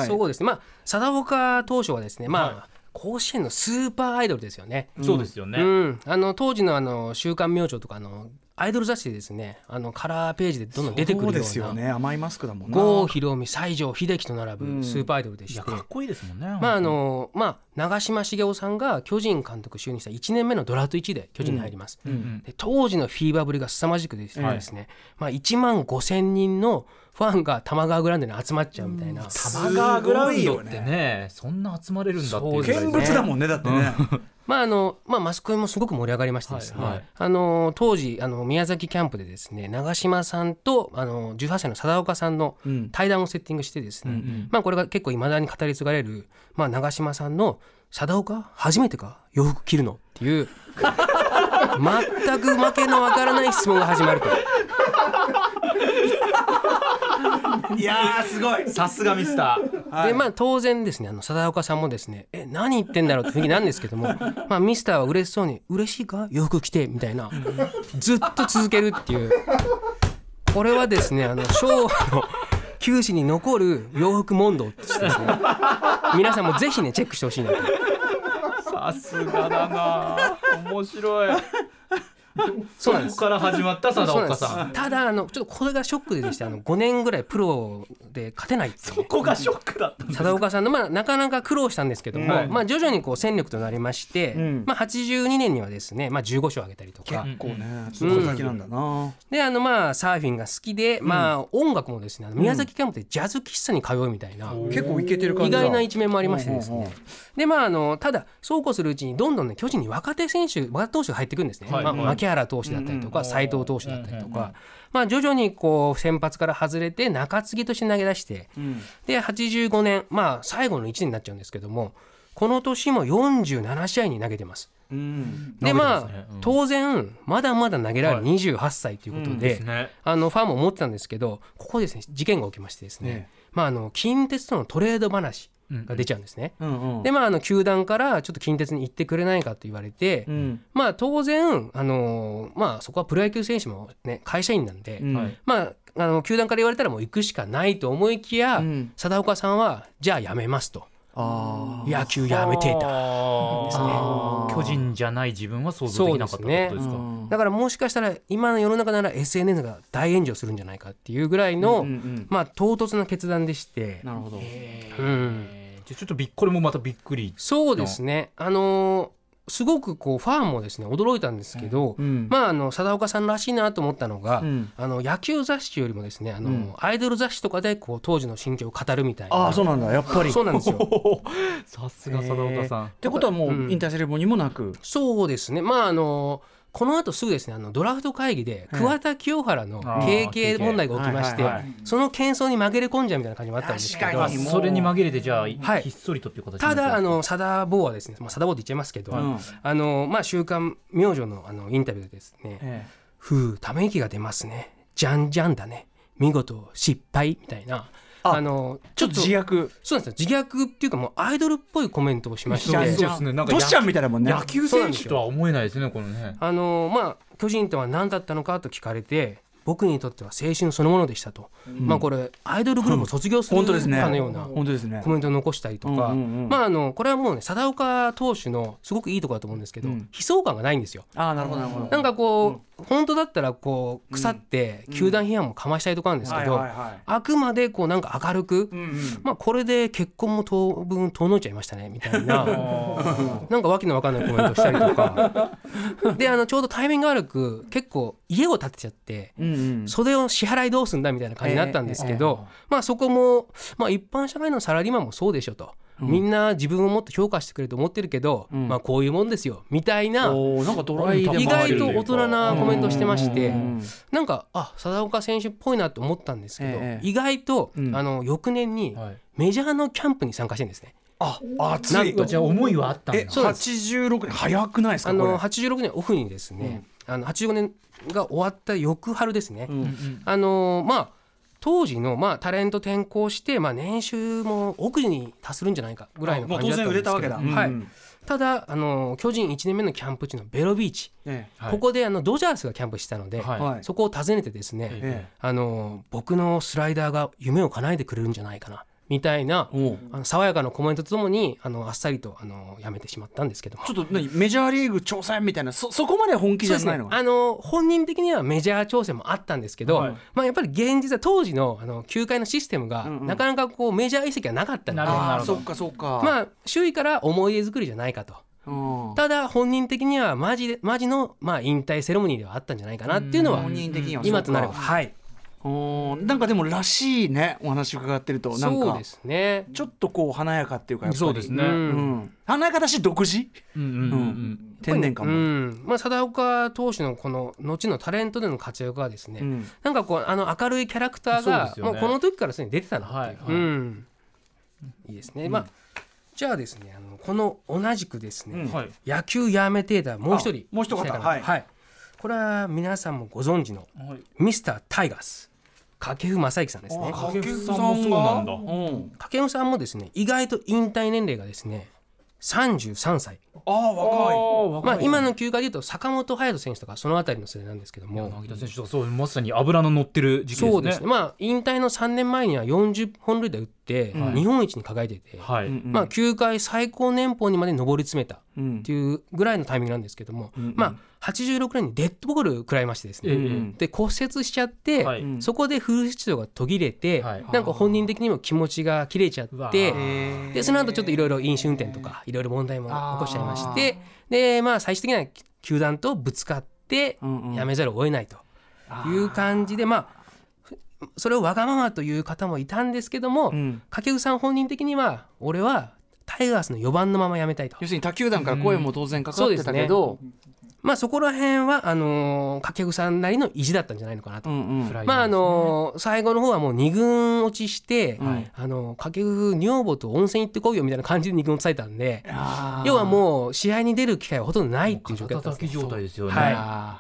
そうですね、まあ貞岡投手はですね、まあ、はい、甲子園のスーパーアイドルですよね。 そうですよね、 うん、あの当時のあの週刊明星とかのアイドル雑誌でですね、あのカラーページでどんどん出てくるような、 そうですよね、甘いマスクだもんな。 郷ひろみ、西城秀樹と並ぶスーパーアイドルでして、 うん、いやかっこいいですもんね。 まああのまあ、長嶋茂雄さんが巨人監督就任したいちねんめのドラフトいちいで巨人に入ります、うんうん、で当時のフィーバーぶりが凄まじくですね、うんまあ、いちまんごせんにんのファンが玉川グラウンドに集まっちゃうみたいな、うん、 玉川グラウンドってねそんな集まれるんだっていう、 見物だもんねだってね、うんまああのまあ、マスコミもすごく盛り上がりましてですね、はいはい、あの当時あの宮崎キャンプでですね長嶋さんとあのじゅうはっさいの貞岡さんの対談をセッティングしてですね、うんうんまあ、これが結構いまだに語り継がれる、まあ、長嶋さんの貞岡初めてか洋服着るのっていう全く負けのわからない質問が始まるといやーすごい、 さすがミスター、 はい、でまあ当然ですねあの貞岡さんもですねえ何言ってんだろうって雰囲気なんですけどもまあミスターは嬉しそうに嬉しいか洋服着てみたいなずっと続けるっていう、これはですねあの昭和の球史に残る洋服問答としてですね皆さんもぜひねチェックしてほしいなと。 さすがだな面白いそうなんです。 そこから始まった貞岡さん。 ただあのちょっとこれがショックででしてあのごねんぐらいプロで勝てないっていう、ね、 そこがショックだったんですか。 貞岡さんの、まあ、なかなか苦労したんですけども、 はいまあ、徐々にこう戦力となりまして、うんまあ、はちじゅうにねんにはですね、まあ、じゅうごしょう挙げたりとか結構ねすごい先なんだな、うん、 であのまあサーフィンが好きで、まあ、音楽もですねあの宮崎キャンプでジャズ喫茶に通うみたいな、うん、 結構イケてる感じ意外な一面もありましてですね、でまああのただそうこうするうちにどんどんね巨人に若手選手若手投手が入ってくるんですね、はいまあ、牧原投手だったりとか斉藤投手だったりとか、まあ、徐々にこう先発から外れて中継ぎとして投げ出して、うん、ではちじゅうごねん、まあ、最後のいちねんになっちゃうんですけどもこの年もよんじゅうななしあいに投げてます、うん、でまあ、うん、当然まだまだ投げられるにじゅうはっさいということで、はいうんね、あのファンも思ってたんですけどここですね事件が起きましてですね、ねまあ、あの近鉄とのトレード話が出ちゃうんですね、うんうん、でまああの球団からちょっと近鉄に行ってくれないかと言われて、うん、まあ当然あのまあそこはプロ野球選手もね会社員なんで、うん、まああの球団から言われたらもう行くしかないと思いきや、うん、貞岡さんはじゃあやめますと、あ野球やめてたですね。 巨人じゃない自分は想像できなかったってことですか。 そうですね、だからもしかしたら今の世の中なら エスエヌエス が大炎上するんじゃないかっていうぐらいの、うんうんうん、まあ唐突な決断でして。 なるほど、 うん、じゃあちょっとびっこれもまたびっくり。 そうですね、あのーすごくこうファンもですね驚いたんですけど、うんうんまあ、あの貞岡さんらしいなと思ったのが、うん、あの野球雑誌よりもですねあの、うん、アイドル雑誌とかでこう当時の心境を語るみたいな。 あそうなんだやっぱりそうなんですよさすが貞岡さん、 えー、ってことはもう引退セレモニーもなく、うん、 そうですねまああのこの後すぐですねあのドラフト会議で桑田清原の経営問題が起きまして、はいはいはい、その喧騒に紛れ込んじゃうみたいな感じもあったんですけどそれに紛れてじゃあ、はい、ひっそりとっていう形になったんですか。 ただあのサダボーはですね、まあ、サダボーって言っちゃいますけど、うん、あのまあ週刊明星 の, あのインタビューでですね、ええ、ふうため息が出ますねじゃんじゃんだね見事失敗みたいなあのちょっと自虐そうなんですよ自虐っていうかもうアイドルっぽいコメントをしましてそうですねなんかトシちゃんみたいなもんね野球選手とは思えないですねこのねあのまあ巨人とは何だったのかと聞かれて僕にとっては青春そのものでしたと、うんまあ、これアイドルグループを卒業するかのようなコメントを残したりとか、まああのこれはもうね貞岡投手のすごくいいところだと思うんですけど、うん、悲壮感がないんですよ。 あなるほどなるほど。 なんかこう、うん本当だったらこう腐って球団批判もかましたいところなんですけど、あくまでこうなんか明るく、うんうんまあ、これで結婚も当分遠のいちゃいましたねみたいななんかわけのわかんないコメントしたりとかであのちょうどタイミング悪く結構家を建てちゃって、うんうん、袖を支払いどうすんだみたいな感じになったんですけど、えーえー、まあそこも、まあ、一般社会のサラリーマンもそうでしょと。うん、みんな自分をもっと評価してくれると思ってるけど、うんまあ、こういうもんですよみたいな、 なんかドライで意外と大人なコメントしてまして、うん、なんかあ貞岡選手っぽいなと思ったんですけど、ええ、意外と、うん、あの翌年にメジャーのキャンプに参加してるんですね。 あ熱いじゃあ思いはあったんだ。 えはちじゅうろくねん早くないですか。 あのはちじゅうろくねんオフにですね、 あのはちじゅうごねんが終わった翌春ですね、うんうん、あのー、まあ当時のまあタレント転向して、まあ、年収も億に達するんじゃないかぐらいの感じだったんですけど、 もう当然売れたわけだ、 はい、 うん、 ただあの巨人いちねんめのキャンプ地のベロビーチ、ええ、ここであのドジャースがキャンプしてたので、はい、そこを訪ねてですね、ええ、あの僕のスライダーが夢を叶えてくれるんじゃないかなみたいなあの爽やかなコメントとともにあのあっさりとあのやめてしまったんですけども、 ちょっとメジャーリーグ挑戦みたいな そ, そこまで本気じゃないの、 ね、あの本人的にはメジャー挑戦もあったんですけど、はい、まあ、やっぱり現実は当時 の, あの球界のシステムが、うんうん、なかなかこうメジャー移籍がなかったので、 あそっかそっか、 まあ、周囲から思い出作りじゃないかと、うん、ただ本人的にはマジでマジの、まあ、引退セレモニーではあったんじゃないかなっていうのは、本人的には今となれば、はい、 おなんかでもらしいね、お話伺ってるとなんかそうですね、 ちょっとこう華やかっていうかやっぱりそうですね、うんうん、 華やかだし独自、うんうんうんうん、天然感も、うん、 まあ、貞岡投手のこの後のタレントでの活躍がですね、うん、なんかこうあの明るいキャラクターが、ね、もうこの時からすでに出てたなっていう、はいはい、うん、いいですね、うん、まあじゃあですね、あのこの同じくですね、うん、野球やめてたもう一人、 もう一方、はいはい、 これは皆さんもご存知の、はい、ミスタータイガース掛布正幸さんですね。 掛布さんもそうなんだ、うん、 掛布さんもですね、意外と引退年齢がですねさんじゅうさんさい、 あ若い、 まあ、今の球界でいうと坂本勇人選手とかそのあたりの世代なんですけども、 柳田選手とかそうまさに脂の乗ってる時期ですね。 そうですね、まあ、引退のさんねんまえにはよんじゅっぽん塁打打って日本一に輝いていて、はい、まあ、球界最高年俸にまで上り詰めたっていうぐらいのタイミングなんですけども、うんうん、まあ、はちじゅうろくねんにデッドボール食らいましてですね、うんうん、で骨折しちゃって、はい、そこでフル出場が途切れて、はい、なんか本人的にも気持ちが切れちゃって、でその後ちょっといろいろ飲酒運転とかいろいろ問題も起こしちゃいまして、で、まあ、最終的には球団とぶつかって辞めざるを得ないという感じで、まあ、それをわがままという方もいたんですけども、うん、掛布さん本人的には俺はタイガースのよばんのまま辞めたいと。 要するに他球団から声も当然かかってたけど、うん、 まあ、そこら辺はあのー、掛布さんなりの意地だったんじゃないのかなと、うんうん、まああのー、最後の方はもうに軍落ちして、はい、あのー、掛布女房と温泉行ってこいよみたいな感じでに軍を伝えたんで、要はもう試合に出る機会はほとんどないっていう状況だったんです。 肩たき状態ですよね、 はい、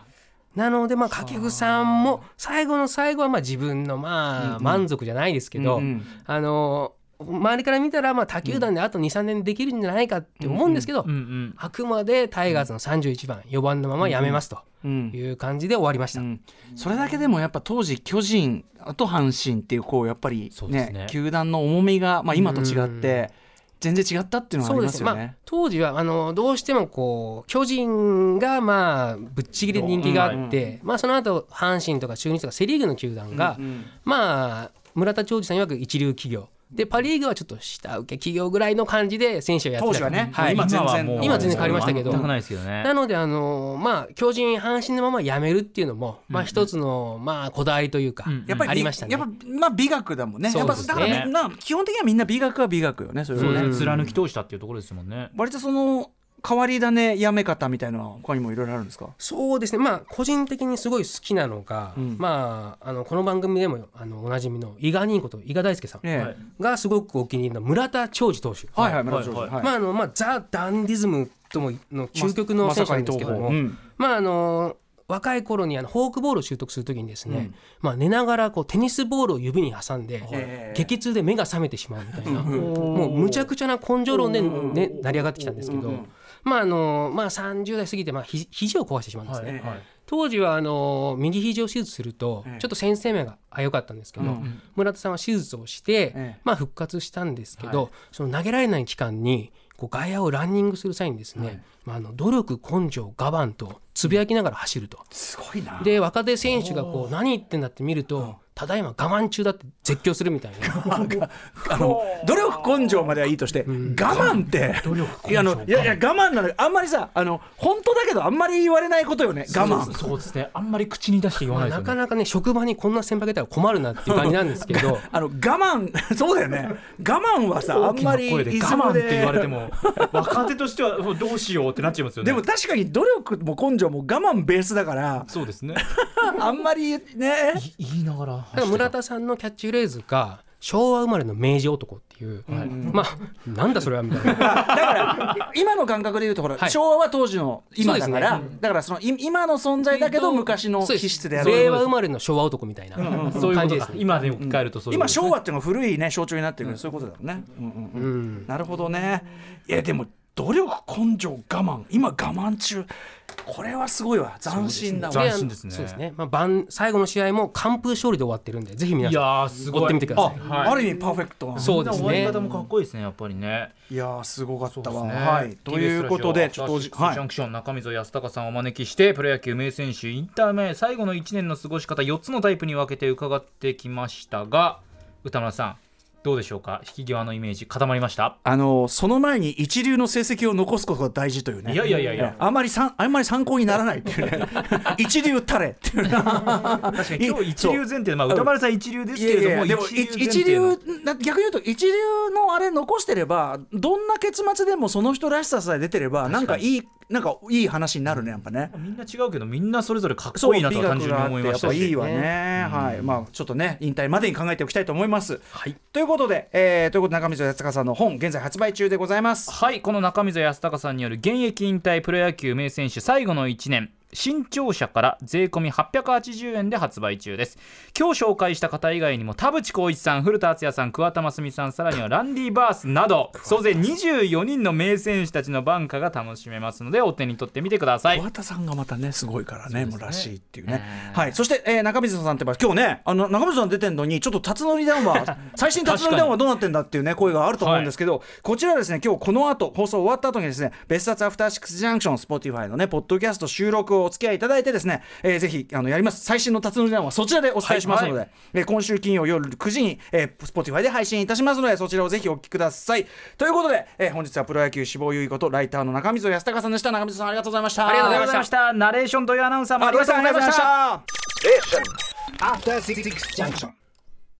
なのでまあ掛布さんも最後の最後はまあ自分のまあ満足じゃないですけど、うんうん、あのー周りから見たらまあ他球団であと にさんねんできるんじゃないかって思うんですけど、うんうんうん、あくまでタイガースのさんじゅういちばんよばんのままやめますという感じで終わりました、うんうん、 それだけでもやっぱ当時巨人あと阪神っていうこうやっぱり ね, ね球団の重みがまあ今と違って全然違ったっていうのはありますよね。 そうですね、まあ、当時はあのどうしてもこう巨人がまあぶっちぎり人気があって、うんうん、まあ、その後阪神とか中日とかセリーグの球団が、うんうん、まあ村田兆治さん曰く一流企業でパリーグはちょっと下請け企業ぐらいの感じで選手をやってた。 当時はね、 はい、 今全然今全然変わりましたけど、 ないですよね。 なのであの、まあ、巨人阪神のままやめるっていうのも、まあ、一つの、まあ、こだわりというか、うんうん、やっぱりありましたね。 やっぱ、まあ、美学だもんね。 そうですね。 やっぱだからみんな基本的にはみんな美学は美学よね。それはね、 そうですね、貫き通したっていうところですもんね。 割とその変わり種やめ方みたいなのは他にもいろいろあるんですか？ そうですね、まあ、個人的にすごい好きなのが、うん、まあ、あのこの番組でもあのおなじみの伊賀忍こと伊賀大輔さんがすごくお気に入りの村田兆治投手、 はいはい、村田兆治、はいはい、 まああのまあ、ザ・ダンディズムともの究極の選手なんですけども、ま, ま, うん、まああの若い頃にあのフォークボールを習得するときにですね、うん、まあ、寝ながらこうテニスボールを指に挟んで激痛で目が覚めてしまうみたいな、もうむちゃくちゃな根性論で、ね、成り上がってきたんですけど、まああのまあ、さんじゅう代過ぎてまあひ肘を壊してしまうんですね、はいはい、当時はあの右肘を手術するとちょっと先生命が良かったんですけど、うん、村田さんは手術をして、まあ、復活したんですけど、はい、その投げられない期間にこう外野をランニングする際にですね、はい、まあ、あの努力根性我慢とつぶやきながら走ると、 すごいな。 で若手選手がこう何言ってんだって見ると、ただいま我慢中だって絶叫するみたいなあの努力根性まではいいとして、うん、我慢って努力根性、いや、あのいやいや我慢なのあんまりさ、あの本当だけどあんまり言われないことよね、我慢。 そうですね、あんまり口に出して言わないですよね、 まあ、なかなかね職場にこんな先輩がいたら困るなっていう感じなんですけどあの我慢そうだよね、我慢はさあんまり大きな声で我慢って言われても若手としてはどうしようってなっちゃいますよね。 でも確かに努力も根性も我慢ベースだから、 そうですねあんまりね言いながらだから村田さんのキャッチフレーズが昭和生まれの明治男っていう、はい、まあなんだそれはみたいなだから今の感覚で言うとほら、はい、昭和は当時の今だから、ね、だからその今の存在だけど昔の気質である令和生まれの昭和男みたいな感じです、ね、 今で置き換えるとそういう、 今昭和っていうのが古いね象徴になってる、うん、そういうことだろうね、うんうんうんうん、なるほどね。いやでも努力根性我慢今我慢中これはすごいわ斬新だわ。 斬新ですね。 そうですね、まあ、晩最後の試合も完封勝利で終わってるんでぜひ皆さんいやすごい追ってみてください。 あ、はい、ある意味パーフェクトなそうですね。 終わり方もかっこいいですねやっぱりね。 いやすごかったわ、 ね、 はい、ということでちょっとジャンクション中溝康隆さんをお招きしてプロ野球名選手インター名最後のいちねんの過ごし方よっつのタイプに分けて伺ってきましたが歌村さんどうでしょうか。引き際のイメージ固まりました。 あのその前に一流の成績を残すことが大事というね。 いやいやいやいやあんまりさあんまり参考にならないっていうね一流たれっていう確かに今日一流前提で、まあ、歌丸さん一流ですけれども、いやいやでも一流逆に言うと一流のあれ残してればどんな結末でもその人らしささえ出てればなんかいいなんかいい話になるねやっぱね。 みんな違うけどみんなそれぞれかっこいいなと単純に思いましたし、 いいわね、うん、はい。まあちょっとね引退までに考えておきたいと思います、はい、ということで、えー、ということで中溝康隆さんの本現在発売中でございます。 はい、この中溝康隆さんによる現役引退プロ野球名選手最後のいちねん新潮社から税込みはっぴゃくはちじゅうえんで発売中です。今日紹介した方以外にも田淵光一さん、古田敦也さん、桑田真澄さん、さらにはランディ・バースなど総勢にじゅうよにんの名選手たちの挽歌が楽しめますのでお手に取ってみてください。 桑田さんがまたねすごいから ね, ねもうらしいっていうね、えー、はい。そして、えー、中溝さんってば今日ねあの中溝さん出てんのにちょっと辰徳談話最新辰徳談話どうなってんだっていうね声があると思うんですけど、はい、こちらですね今日この後放送終わった後にですね別冊アフターシックスジャンクション Spotify のねポッドキャスト収録をお付き合いいただいてですね、えー、ぜひあのやります最新の辰徳談話そちらでお伝えしますので、はいはい、えー、今週金曜夜くじに、えー、Spotify で配信いたしますのでそちらをぜひお聞きください。ということで、えー、本日はプロ野球志望優位ことライターの中溝康隆さんでした。中溝さんありがとうございました。 ありがとうございました。ナレーションというアナウンサーもありがとうございました。 After Six Junction